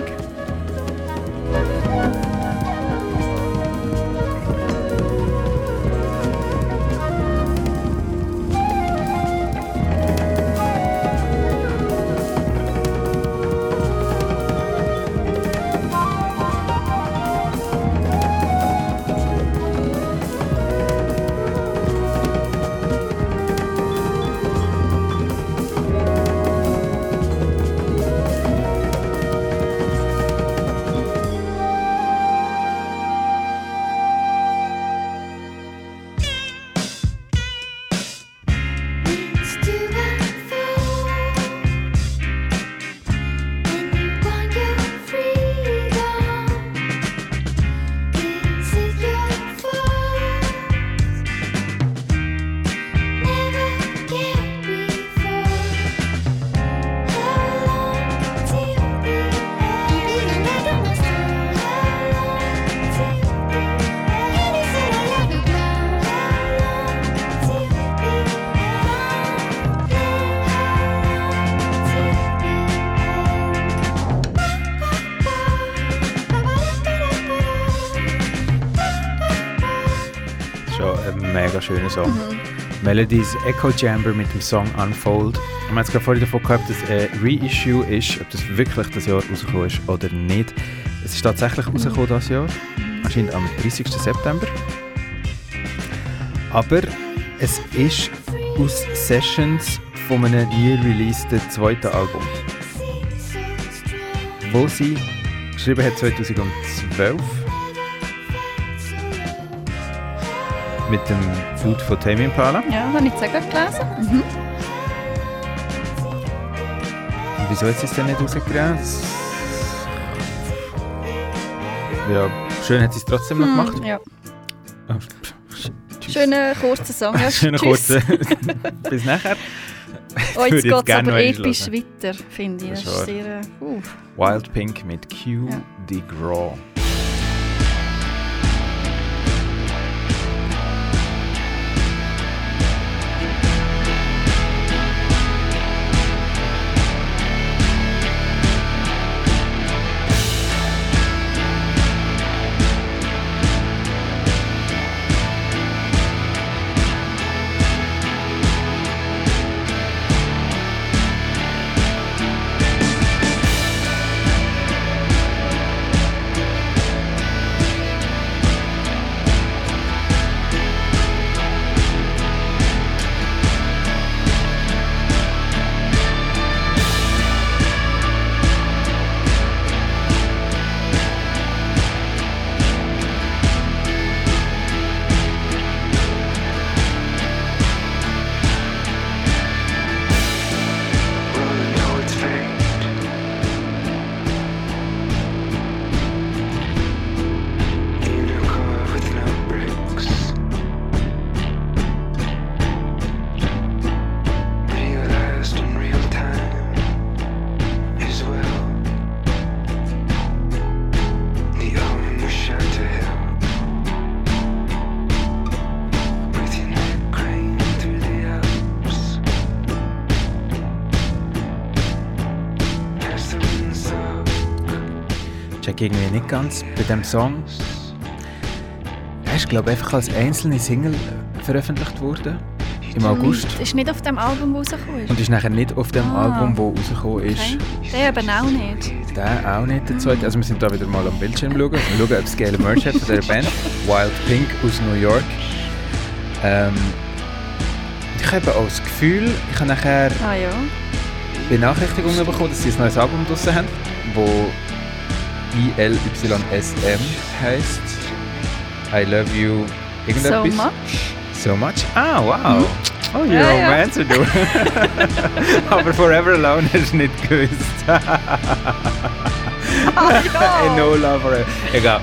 B: ist schon ein mega schöner Song. Melodies Echo Chamber mit dem Song Unfold. Wir haben jetzt gerade vorhin davon gehabt, dass ein Reissue ist, ob das wirklich das Jahr rausgekommen ist oder nicht. Es ist tatsächlich rausgekommen dieses Jahr, anscheinend am 30. September. Aber es ist aus Sessions von einem nie releaseden zweiten Album, wo sie geschrieben hat 2012 mit dem Food von Tame Impala.
C: Ja, habe ich jetzt auch gerade gelesen.
B: Und wieso hat sie es denn nicht rausgegeben? Ja, schön hat sie es trotzdem noch gemacht.
C: Ja.
B: Oh,
C: Schöner kurzer Song. Ja,
B: schöner kurzer. Bis nachher.
C: Oh, jetzt geht es
B: gerne
C: aber
B: noch
C: episch
B: hören.
C: weiter, finde ich. Das ist sehr...
B: Wild Pink mit Q de Gras. check irgendwie nicht ganz bei diesem Song. Er ist, glaube ich, einfach als einzelne Single veröffentlicht worden. Im August.
C: Ist nicht auf dem Album rausgekommen.
B: Und ist nachher nicht auf dem Album, das rausgekommen ist.
C: Okay. Der eben auch nicht.
B: Der auch nicht, der zweite. Also wir sind da wieder mal am Bildschirm schauen. Wir schauen, ob es geile Merch hat von dieser Band. Wild Pink aus New York. Ich habe auch das Gefühl, ich habe nachher Benachrichtigungen bekommen, dass sie ein neues Album draussen haben, das ILYSM heisst. I love you irgendetwas.
C: So much.
B: So much? Ah, wow. Oh, you're romancer, du. Aber Forever Alone hast du nicht gewusst. No Love Forever. Egal.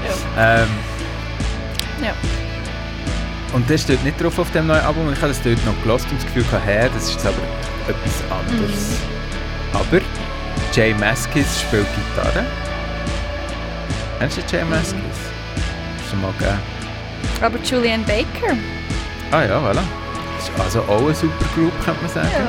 C: Ja.
B: Und das steht nicht drauf auf dem neuen Album. Ich habe das dort noch gehört und das Gefühl gehabt, das ist jetzt aber etwas anderes. Aber Jay Maskis spielt Gitarre. Kennst du Jay Maskis? Schon mal gegeben.
C: Aber Julian Baker.
B: Ah ja, voilà. Das ist also auch eine super Group, könnte man sagen.
C: Ja.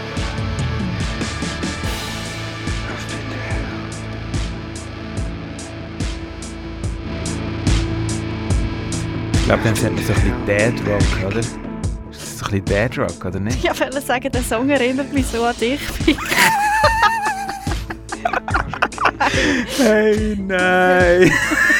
B: Ich glaube, dann sagt man so ein bisschen Dead Rock, oder? Ist das so ein bisschen Dead Rock, oder nicht?
C: Ja, ich wollte sagen, der Song erinnert mich so an dich.
B: Hey, nein!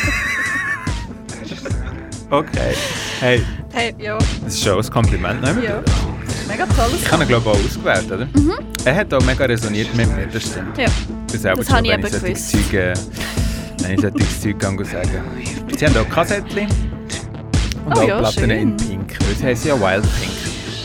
B: Okay. Hey.
C: Hey, ja.
B: Das ist schon ein Kompliment, ne?
C: Ja. Mega toll.
B: Ich habe ihn, glaube ich, auch ausgewählt, oder?
C: Mhm.
B: Er hat auch mega resoniert mit mir, das stimmt.
C: Ja.
B: Das habe ich eben gewusst. Wenn ich solches Zeug sagen kann. Sie haben auch Kassettchen. Und auch Platten in Pink. Weil sie heissen ja Wild Pink.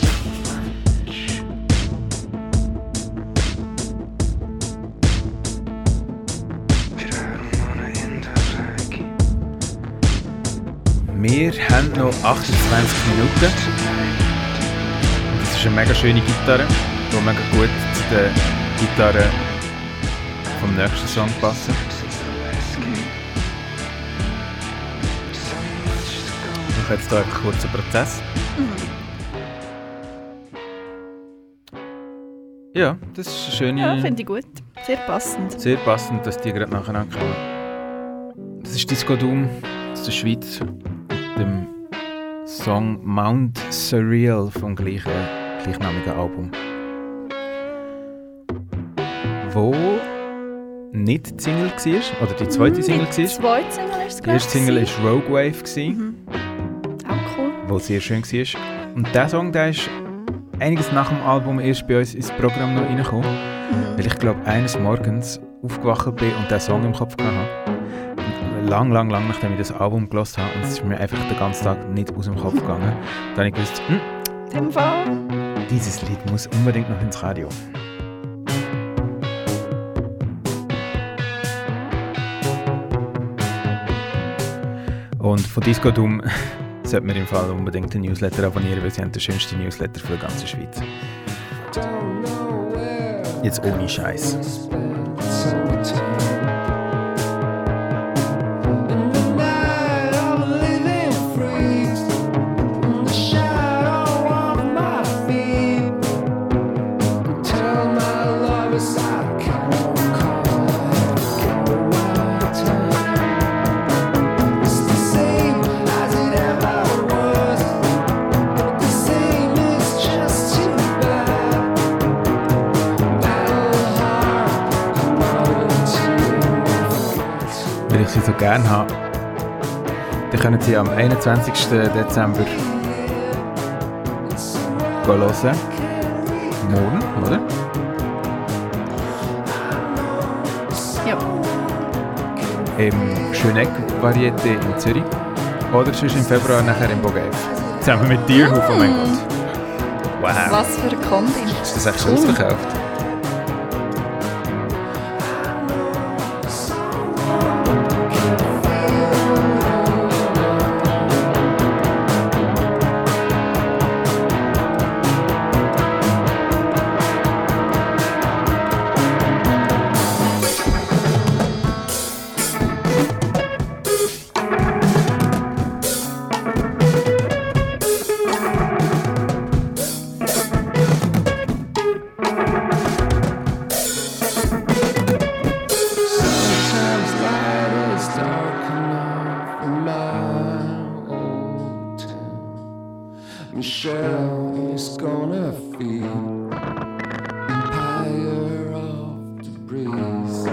B: Wir haben noch 28 Minuten. Das ist eine mega schöne Gitarre, die mega gut zu den Gitarren vom nächsten Song passen. Ich habe jetzt hier einen kurzen Prozess. Ja, das ist eine schöne...
C: Ja, finde ich gut. Sehr passend.
B: Sehr passend, dass die gerade nacheinander kommen. Das ist Disco Doom aus der Schweiz. Dem Song Mount Surreal vom gleichnamigen Album. Wo nicht die Single war, oder die zweite Single war.
C: Die zweite Single ist es,
B: Die erste Single war Rogue Wave,
C: Auch cool.
B: wo sehr schön war. Und dieser Song, der ist einiges nach dem Album erst bei uns ins Programm noch reingekommen. Weil ich glaube, eines Morgens aufgewacht bin und diesen Song im Kopf hatte. Lang nachdem ich das Album gehört habe. Und es ist mir einfach den ganzen Tag nicht aus dem Kopf gegangen. Dann habe ich gewusst,
C: Im Fall.
B: dieses Lied muss unbedingt noch ins Radio. Und von Disco Doom sollte man im Fall unbedingt den Newsletter abonnieren, weil sie haben den schönsten Newsletter für die ganze Schweiz. Jetzt ohne Scheiß. Weil ich sie so gerne habe, dann können Sie am 21. Dezember hören. Morgen, oder?
C: Ja.
B: Im Schöneck-Varieté in Zürich. Oder sonst im Februar nachher im Bogev. Zusammen mit Tierhof, oh mein Gott. Wow.
C: Was für ein Kombi.
B: Ist das echt schon ausverkauft?
I: Michelle is gonna feed Empire of the Breeze.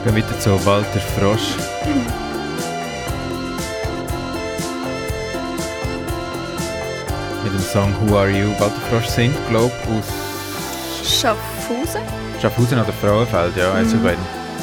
B: Gehen weiter zu Walter Frosch. Mit dem Song Who Are You? Walter Frosch singt, glaube ich, aus
C: Schaffhausen?
B: Schaffhausen oder Frauenfeld, ja, eins von beiden.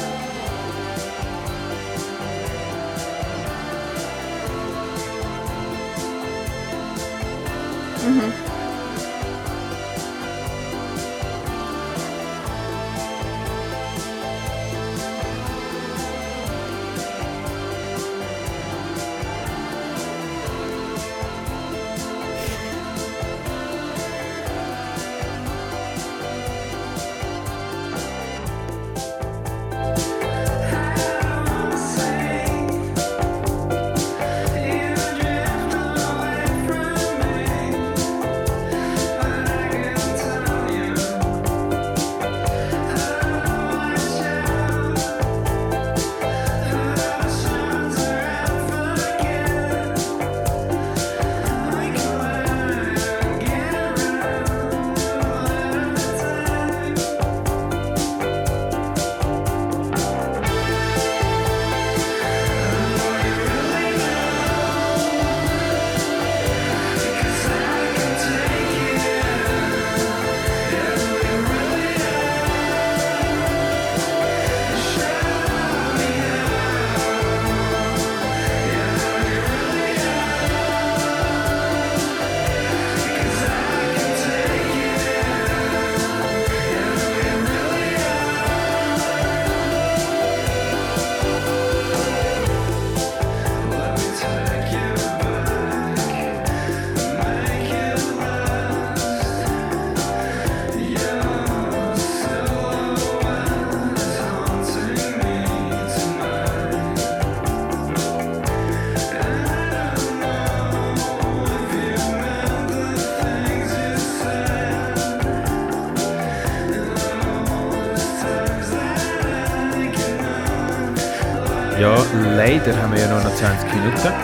B: Ja, leider haben wir ja nur noch 20 Minuten. Das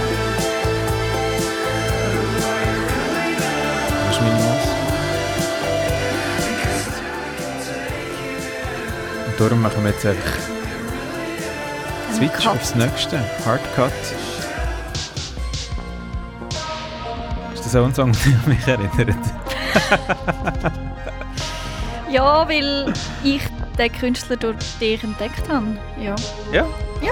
B: ist meine Maus. Und darum machen wir jetzt einfach Switch aufs nächste. Hardcut. Ist das auch ein Song, der mich erinnert?
C: Ja, weil ich den Künstler durch dich entdeckt habe. Ja.
B: Ja?
C: Ja.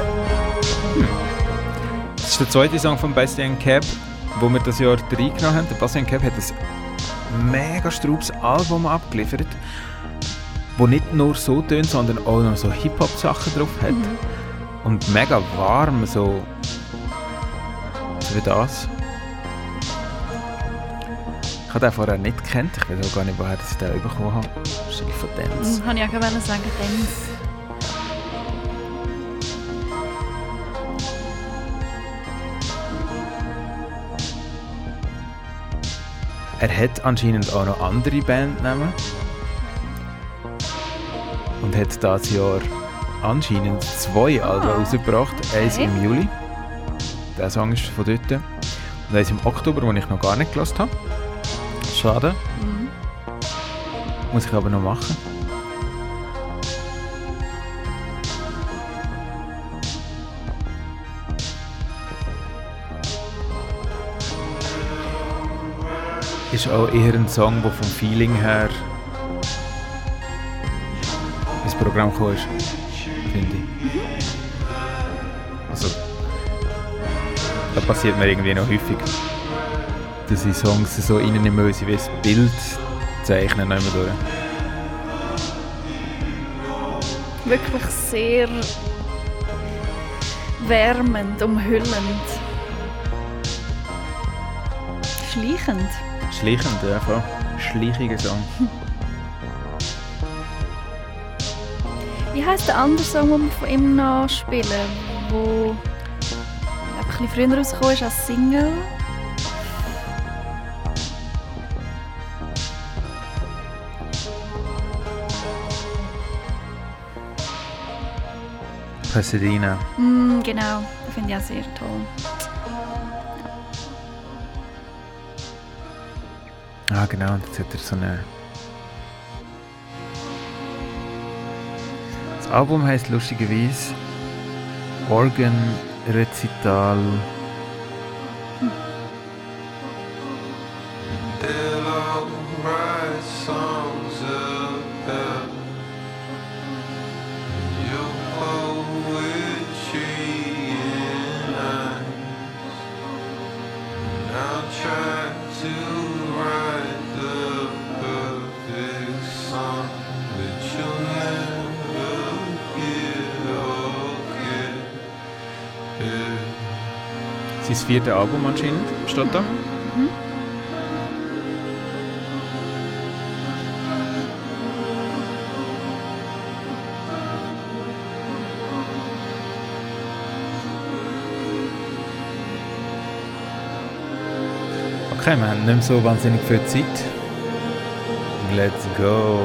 B: Das ist der zweite Song von Bastien Cab, wo wir das Jahr reingenommen haben. Der Bastien Cab hat ein mega straubes Album abgeliefert, das nicht nur so tönt, sondern auch noch so Hip-Hop-Sachen drauf hat. Und mega warm, so wie das. Ich habe den vorher nicht gekannt. Ich weiß auch gar nicht, woher ich den bekommen habe. Wahrscheinlich von Dance.
C: Kann ich auch gerne sagen, Dance.
B: Er hat anscheinend auch noch andere Bandnamen. Und hat dieses Jahr anscheinend 2 Alben rausgebracht. Eins im Juli. Der Song ist von dort. Und eins im Oktober, den ich noch gar nicht gehört habe. Schade. Muss ich aber noch machen. Ist auch eher ein Song, der vom Feeling her ins Programm gekommen ist, finde ich. Also, das passiert mir irgendwie noch häufig, dass ich Songs so reinnehmen, weil sie wie ein Bild zeichnen durch.
C: Wirklich sehr wärmend, umhüllend. Schleichend.
B: Schleichend, ja, voll. Schleichiger Song.
C: Wie heisst der andere Song, den wir von ihm noch spielen, der ein bisschen früher rausgekommen ist als Single?
B: Pasadena.
C: Genau, das finde ich auch sehr toll.
B: Ah, genau, und jetzt hat er Das Album heisst lustigerweise Organ Recital.
I: They'll all write songs about your poetry and I'll try to write the perfect song that you'll never get or get.
B: Sein 4. Album anscheinend, steht da. Okay, wir haben nicht mehr so wahnsinnig viel Zeit. Let's go!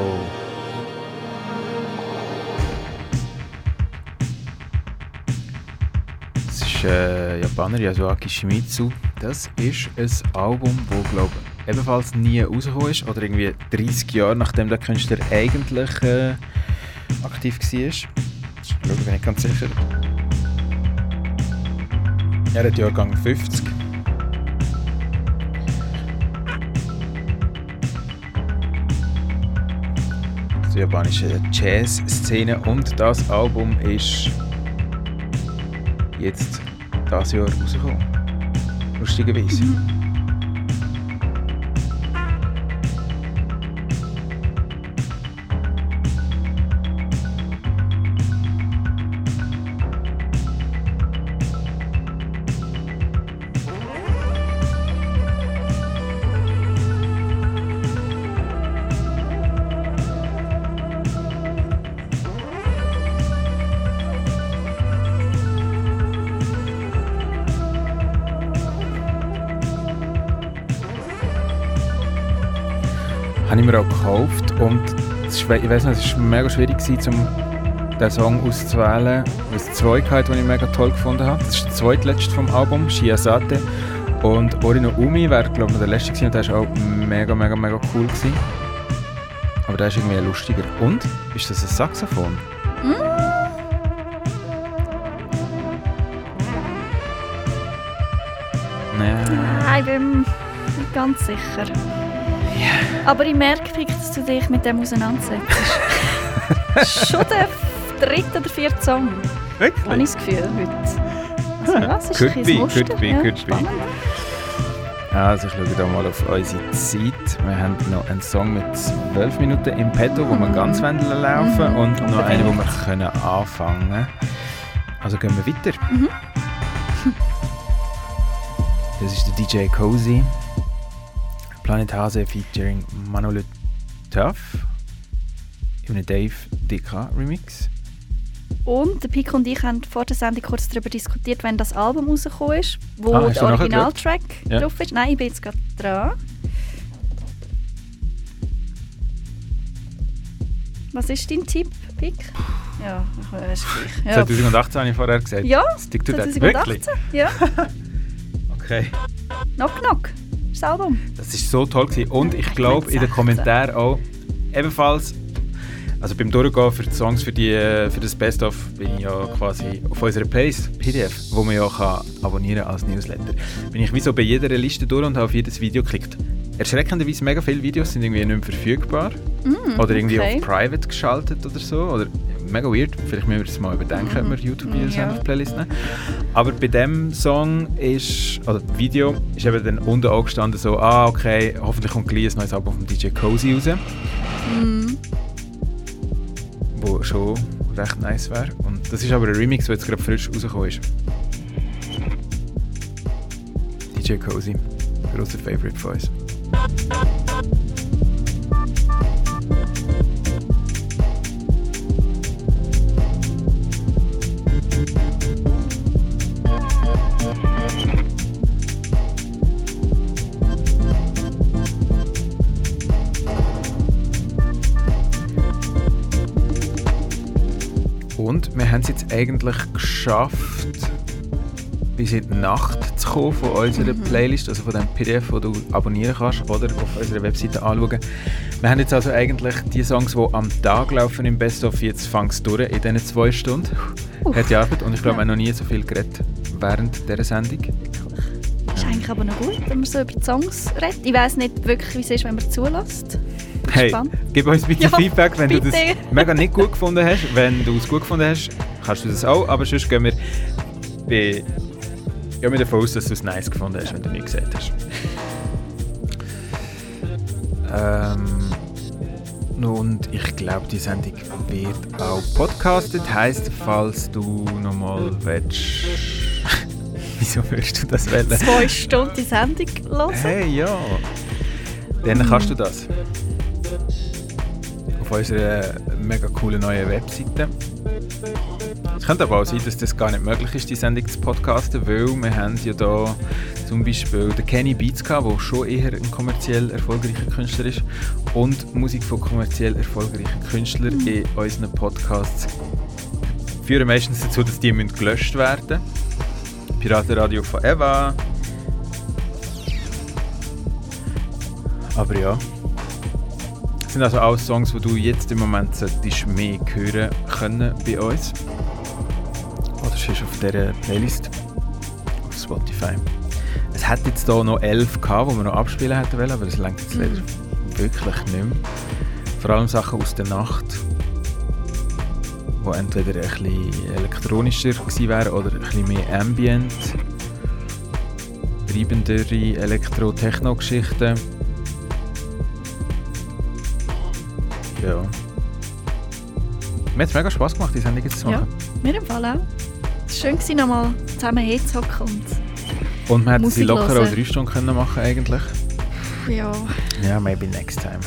B: Das ist Japaner, Yasuaki Shimizu. Das ist ein Album, das glaube ich ebenfalls nie rausgekommen ist. Oder irgendwie 30 Jahre nachdem der Künstler eigentlich aktiv war. Ich glaube, bin ich ganz sicher. Er hat Jahrgang 50. Die japanische Jazz-Szene und das Album ist jetzt dieses Jahr rausgekommen. Lustigerweise. Habe ich mir auch gekauft und ich weiss nicht, es war mega schwierig, diesen Song auszuwählen, weil es 2 hatte, die ich mega toll gefunden habe. Das ist der zweitletzte vom Album, Shiazate. Und Ori no Umi wäre, glaube ich, noch der letzte gewesen und der war auch mega cool gewesen. Aber der ist irgendwie lustiger. Und? Ist das ein Saxophon?
C: Nein, ich bin nicht ganz sicher. Aber ich merke, dass du dich mit dem auseinandersetzt. Schon der 3. oder 4. Song.
B: Wirklich?
C: Habe ich das Gefühl heute. Also, was ist
B: Could
C: ein
B: be.
C: Spannend.
B: Also schauen wir mal auf unsere Zeit. Wir haben noch einen Song mit 12 Minuten im Petto, wo wir ganz laufen wollen und noch einen, wo wir können anfangen können. Also gehen wir weiter. Das ist der DJ Cozy. Planet Hase featuring Manolo Tuff in einem Dave DK Remix.
C: Und der Pico und ich haben vor der Sendung kurz darüber diskutiert, wenn das Album rausgekommen ist, wo
B: hast
C: der
B: du
C: Originaltrack
B: Ja.
C: drauf ist. Nein, ich bin jetzt gerade dran. Was ist dein Tipp, Pic? Ja, ist gleich. Ja.
B: 2018 habe ich vorher gesagt.
C: Ja,
B: Stick to that.
C: 2018.
B: Wirklich?
C: Ja.
B: Okay.
C: Knock Knock. Das Album.
B: Das war so toll gewesen. Und ich glaube in den Kommentaren auch ebenfalls, also beim Durchgehen für die Songs für das Best-of bin ich ja quasi auf unserer Playlist PDF, wo man ja kann abonnieren als Newsletter, bin ich wie so bei jeder Liste durch und habe auf jedes Video geklickt. Erschreckenderweise mega viele Videos sind irgendwie nicht mehr verfügbar oder irgendwie auf Private geschaltet oder so. Oder mega weird, vielleicht müssen wir das mal überdenken, ob wir YouTube-Videos auf die Playlist nehmen. Aber bei diesem Song oder Video ist eben dann unten auch gestanden so, okay, hoffentlich kommt gleich ein neues Album von DJ Cozy raus. Wo schon recht nice wäre. Und das ist aber ein Remix, der jetzt gerade frisch rausgekommen ist. DJ Cozy, grosser Favorite von uns. Und wir haben es jetzt eigentlich geschafft, bis in die Nacht zu kommen von unserer Playlist, also von dem PDF, das du abonnieren kannst oder auf unserer Webseite anschauen. Wir haben jetzt also eigentlich die Songs, die am Tag laufen im Best-of, jetzt fängst du durch in diesen 2 Stunden. Harte Arbeit und ich glaube, wir haben noch nie so viel geredet während dieser Sendung.
C: Ist eigentlich aber noch gut, wenn man so über die Songs redet. Ich weiss nicht wirklich, wie es ist, wenn man zulässt.
B: Hey, gib uns bitte Feedback, wenn
C: bitte.
B: du das mega nicht gut gefunden hast. Wenn du es gut gefunden hast, kannst du das auch. Aber sonst gehen wir davon aus, dass du es nice gefunden hast, wenn du nichts gesagt hast. Und ich glaube, die Sendung wird auch podcastet. Heisst, falls du nochmal willst... Wieso würdest du das wählen?
C: 2 Stunden die Sendung hören?
B: Hey, ja. Dann kannst du das. Auf unserer mega coolen neuen Webseite. Es könnte aber auch sein, dass das gar nicht möglich ist, die Sendung zu podcasten, weil wir haben ja da zum Beispiel den Kenny Beats gehabt, der schon eher ein kommerziell erfolgreicher Künstler ist, und Musik von kommerziell erfolgreichen Künstlern in unseren Podcasts führen meistens dazu, dass die gelöscht werden müssen. Piratenradio von Eva. Aber ja. Das sind also auch Songs, die du jetzt im Moment mehr hören können bei uns. Oder sonst auf dieser Playlist auf Spotify. Es hat jetzt hier noch 11 gehabt, die wir noch abspielen hätten wollen, aber das reicht jetzt leider wirklich nicht mehr. Vor allem Sachen aus der Nacht, die entweder ein bisschen elektronischer gewesen wären oder ein bisschen mehr Ambient, treibendere Elektro-Techno-Geschichten. Ja. Mir hat es mega Spass gemacht, die Sendung jetzt zu machen.
C: Ja, mir im Fall auch. Es war schön, nochmal zusammen hinzuhocken
B: und man hätte sie locker auch 3 Stunden können machen eigentlich.
C: Ja.
B: Ja, maybe next time.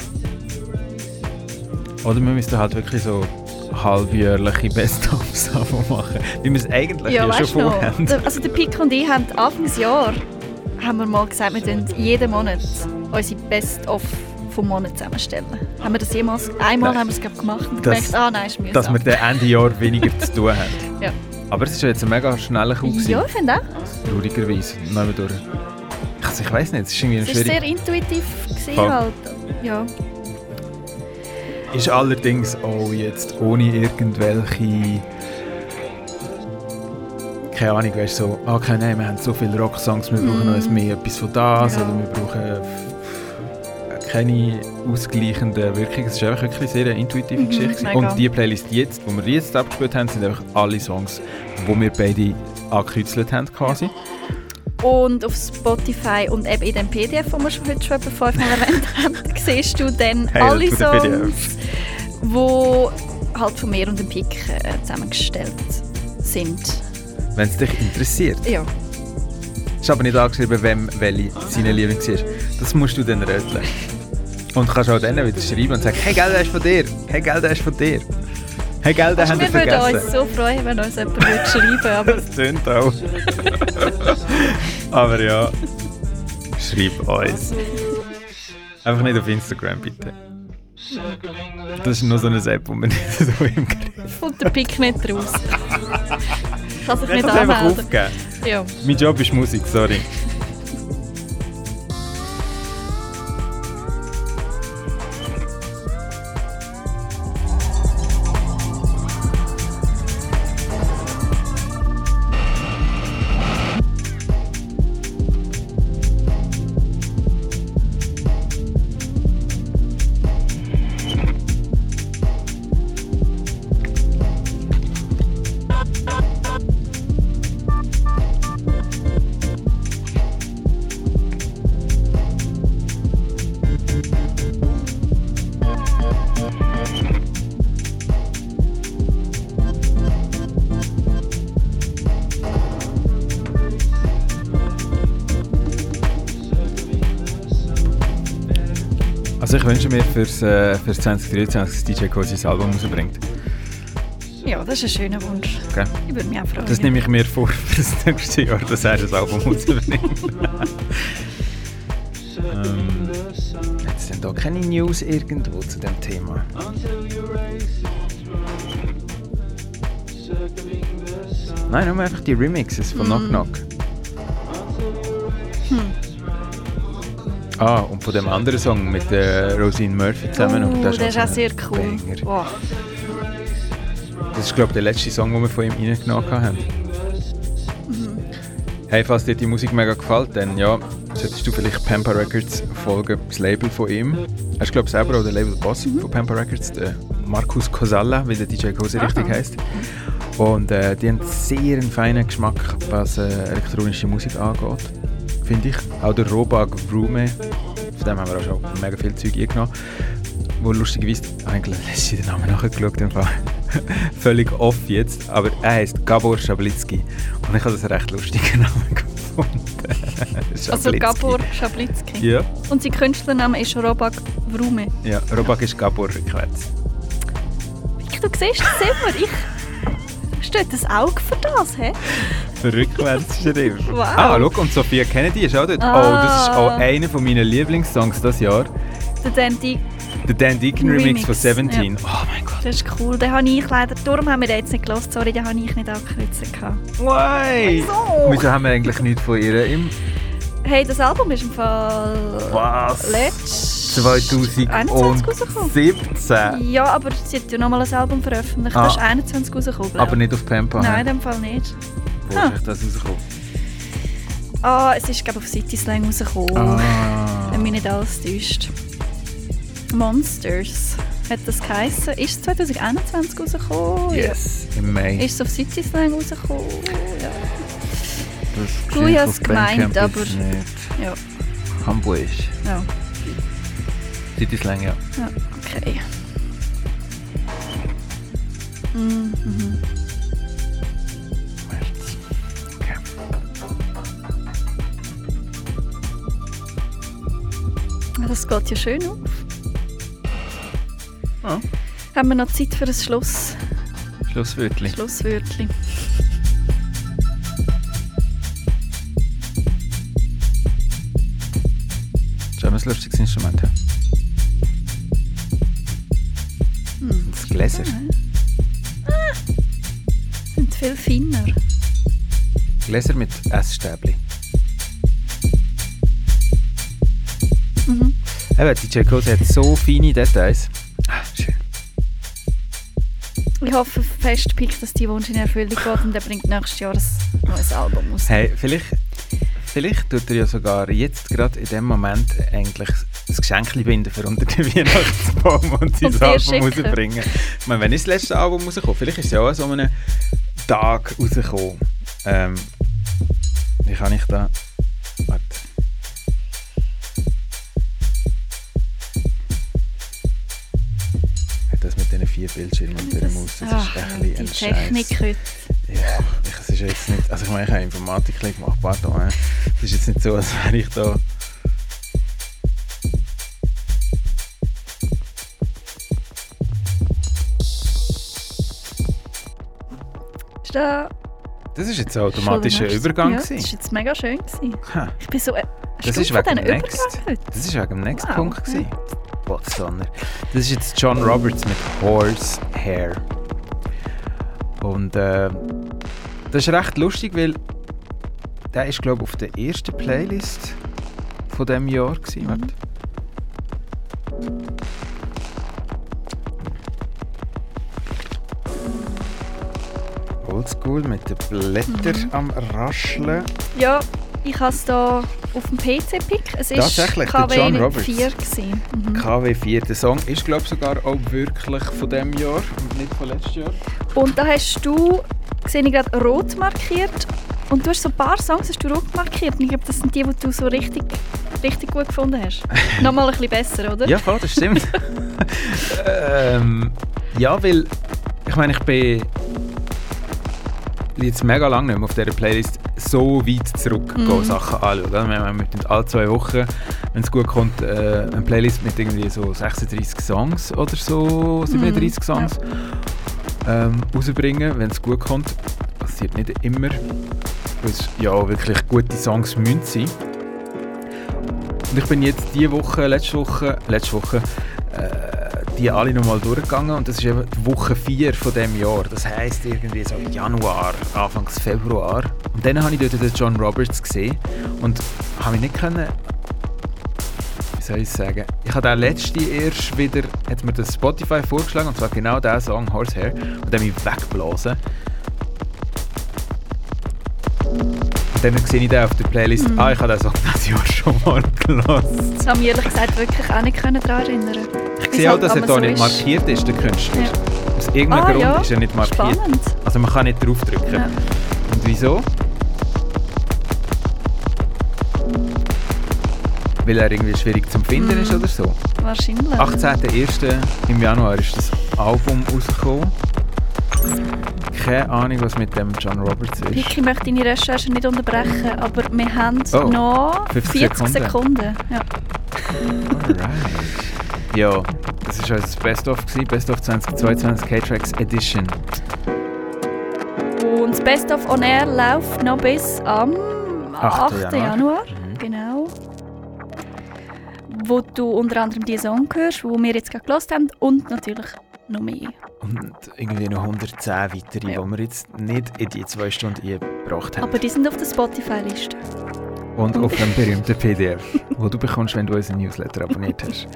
B: Oder wir müssten halt wirklich so halbjährliche Best-ofs machen, wie wir es eigentlich ja schon vorhaben.
C: Also der Pico und ich haben Anfangsjahr haben wir mal gesagt, wir tun jeden Monat unsere Best-of vom Monat zusammenstellen. Haben wir das jemals? Einmal haben wir es gemacht und gemerkt, nein, ist mühsam.
B: Dass wir dann Ende Jahr weniger zu tun haben.
C: Ja.
B: Aber es ist jetzt ein mega schneller Coup.
C: Ja, ich finde auch.
B: Traurigerweise. Durch. Also ich weiss nicht, es ist irgendwie
C: es war sehr intuitiv halt. Ja.
B: Ist allerdings auch jetzt ohne irgendwelche... Keine Ahnung, weißt du, so, okay, nein, wir haben so viele Rocksongs, wir brauchen noch mehr etwas von das, oder wir brauchen keine ausgleichende Wirkung. Es ist einfach wirklich sehr eine intuitive Geschichte. Mega. Und die Playlist jetzt, die wir jetzt abgespielt haben, sind einfach alle Songs, die wir beide angekürzelt haben quasi.
C: Und auf Spotify und eben in dem PDF, den wir heute schon etwa 5 Mal erwähnt haben, siehst du dann alle Songs, die halt von mir und dem Pick zusammengestellt sind.
B: Wenn es dich interessiert.
C: Ja.
B: Es ist aber nicht angeschrieben, wem welche seine Liebling war. Das musst du dann röteln. Und kannst auch dann wieder schreiben und sagen, hey, gell, der ist von dir. Hey, gell, der ist von dir. Hey, gell, den haben wir vergessen.
C: Wir würden uns so freuen, wenn uns jemand schreiben würde.
B: Das tönt auch. Aber ja, schreib uns. Einfach nicht auf Instagram, bitte. Das ist nur so eine App, die man nicht so im Griff.
C: Und der Pick nicht raus. Kann sich nicht
B: anmelden. Einfach aufgeben.
C: Ja.
B: Mein Job ist Musik, sorry. Also ich wünsche mir für 2023, dass DJ Cozy sein Album rausbringt.
C: Ja, das ist ein schöner Wunsch. Okay. Ich würde mich auch freuen.
B: Das nehme ich mir vor für das nächste Jahr, dass er das Album rausbringt. Jetzt sind da keine News irgendwo zu dem Thema. Nein, nur einfach die Remixes von Knock Knock. Ah, und von dem anderen Song mit Roisin Murphy zusammen. Und
C: der ist auch sehr cool.
B: Banger.
C: Wow.
B: Das ist, glaube ich, der letzte Song, den wir von ihm reingenommen haben. Hey, falls dir die Musik mega gefällt, dann ja, solltest du vielleicht Pampa Records folgen, das Label von ihm. Er ist, glaube ich, selber auch der Labelboss von Pampa Records, der Markus Cosalla, wie der DJ Kose richtig heisst. Und die haben sehr einen feinen Geschmack, was elektronische Musik angeht, finde ich. Auch der Robak Vroome, von dem haben wir auch schon mega viel Zeug eingenommen. Wo lustigerweise, eigentlich hast du den Namen nachgeschaut, im Fall. Völlig off jetzt, aber er heisst Gabor Schablitzky. Und ich habe das einen recht lustigen Namen gefunden.
C: Also Gabor Schablitzky.
B: Ja.
C: Und sein Künstlername ist Robak Vroome.
B: Ja, Robak ist Gabor rückwärts.
C: Du siehst das immer. Steht das Auge für das, hä?
B: Für Rückwärtsschrift.
C: Wow.
B: Ah, schau, und Sophia Kennedy ist auch dort. Oh, das ist auch einer von meinen Lieblingssongs dieses Jahr.
C: Der
B: Dan Deacon Remix von 17. Ja. Oh mein Gott.
C: Das ist cool. Den habe ich leider, darum haben wir den jetzt nicht gehört. Sorry, den habe ich nicht angekreuzt.
B: Why? Wieso haben wir eigentlich nichts von ihr im...
C: Hey, das Album ist im Fall...
B: Was?
C: Letztes...
B: 2017?
C: Ja, aber sie hat ja nochmal ein Album veröffentlicht. Das ist 21 rausgekommen.
B: Aber nicht auf Pampa?
C: Nein, in dem Fall nicht.
B: Wo ist das rausgekommen?
C: Es ist, glaube ich, auf City Slang rausgekommen. Wenn mich nicht alles täuscht. Monsters hat das geheissen. Ist es 2021 rausgekommen?
B: Yes, im Mai.
C: Ist es auf City Slang rausgekommen? Ja.
B: Du
C: hast es gemeint, aber...
B: Ja. Hamburg.
C: Ja.
B: City Slang, ja.
C: Ja, okay. Mhm.
B: Okay.
C: Das geht ja schön auf.
B: Oh.
C: Haben wir noch Zeit für ein
B: Schlusswörtli.
C: Schlusswörtli.
B: Schon ein lustiges Instrument. Das Gläser.
C: Sind viel feiner.
B: Gläser mit Essstäbli. Eben, DJ Kose hat so feine Details. Schön.
C: Ich hoffe fest, Pick, dass die Wunsch in Erfüllung geht und er bringt nächstes Jahr ein neues Album raus.
B: Hey, vielleicht tut er ja sogar jetzt gerade in dem Moment eigentlich ein Geschenkchen binden für unter den Weihnachtsbaum und sein Album rausbringen. Ich meine, wenn ist das letzte Album rausgekommen? Vielleicht ist es ja auch an so einem Tag rausgekommen. Wie kann ich da... Warte. Das mit diesen 4 Bildschirmen und dieser Maus, das ist echt ein
C: die Technik
B: Scheiß.
C: heute.
B: Ja, es ist jetzt nicht... Also ich meine, ich habe Informatik gemacht, pardon. Es ist jetzt nicht so, als wäre ich da... Das ist jetzt ein automatischer Übergang.
C: Ja, das war jetzt mega schön. Ich bin so...
B: Das ist wegen dem Next. Das ist wegen dem Next-Punkt. Ja. Das ist jetzt John Roberts mit Horsehair. Und das ist recht lustig, weil der ist, glaube ich, auf der ersten Playlist von diesem Jahr gewesen. Oldschool mit den Blättern am Rascheln.
C: Ja, ich habe es hier auf dem PC-Pick. Es war KW4.
B: KW4. Der Song ist, glaube ich, sogar auch wirklich von diesem Jahr und nicht von letztes Jahr.
C: Und da hast du, sehe ich gerade, rot markiert. Und du hast so ein paar Songs hast du rot markiert. Und ich glaube, das sind die du so richtig gut gefunden hast. Nochmal ein bisschen besser, oder?
B: Ja, voll, das stimmt. Ja, weil ich meine, ich bin jetzt mega lange nicht mehr auf dieser Playlist so weit zurück Sachen anschauen. Wir müssen alle 2 Wochen, wenn es gut kommt, eine Playlist mit irgendwie so 36 Songs oder so, 37 Songs rausbringen, wenn es gut kommt. Das passiert nicht immer, weil es ja wirklich gute Songs müssen sein. Und ich bin jetzt letzte Woche die alle nochmal durchgegangen und das ist eben die Woche 4 von diesem Jahr. Das heisst irgendwie so Januar, Anfangs Februar. Und dann habe ich dort den John Roberts gesehen und habe mich nicht können... Wie soll ich sagen? Ich habe den letzten erst wieder... hat mir das Spotify vorgeschlagen und zwar genau der Song «Horsehair» und dann mich weggeblasen. Und dann sehe ich den auf der Playlist, ich habe den Song dieses Jahr schon mal gehört.
C: Das haben wir ehrlich gesagt wirklich auch nicht daran erinnern.
B: Ich sehe auch, dass er hier nicht markiert ist, der Künstler.
C: Ja.
B: Aus irgendeinem Grund ist er nicht markiert.
C: Spannend.
B: Also man kann nicht draufdrücken.
C: Ja.
B: Und wieso? Weil er irgendwie schwierig zu finden ist oder so?
C: Wahrscheinlich.
B: 18.01. im Januar ist das Album rausgekommen. Keine Ahnung, was mit dem John Roberts ist.
C: Ich möchte deine Recherche nicht unterbrechen, aber wir haben noch 40 Sekunden. Ja.
B: Alright. Ja, das war unser Best-of, Best of 2022 K-Tracks Edition.
C: Und das Best-of On Air läuft noch bis am 8. Januar. Genau. Wo du unter anderem die Song hörst, die wir jetzt gerade gehört haben und natürlich noch mehr.
B: Und irgendwie noch 110 weitere, die wir jetzt nicht in die 2 Stunden eingebracht haben.
C: Aber die sind auf der Spotify-Liste.
B: Und auf dem berühmten PDF, wo du bekommst, wenn du unseren Newsletter abonniert hast.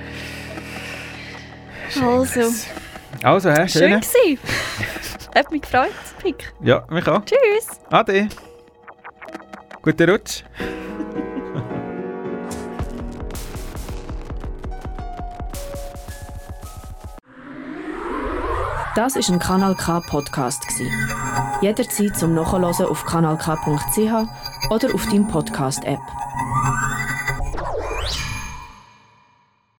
B: Also,
C: schön gewesen. Hat mich gefreut, Pick.
B: Ja, mich auch.
C: Tschüss.
B: Ade. Guten Rutsch.
A: Das war ein Kanal K Podcast. Jederzeit zum Nachhören auf kanalk.ch oder auf deinem Podcast-App.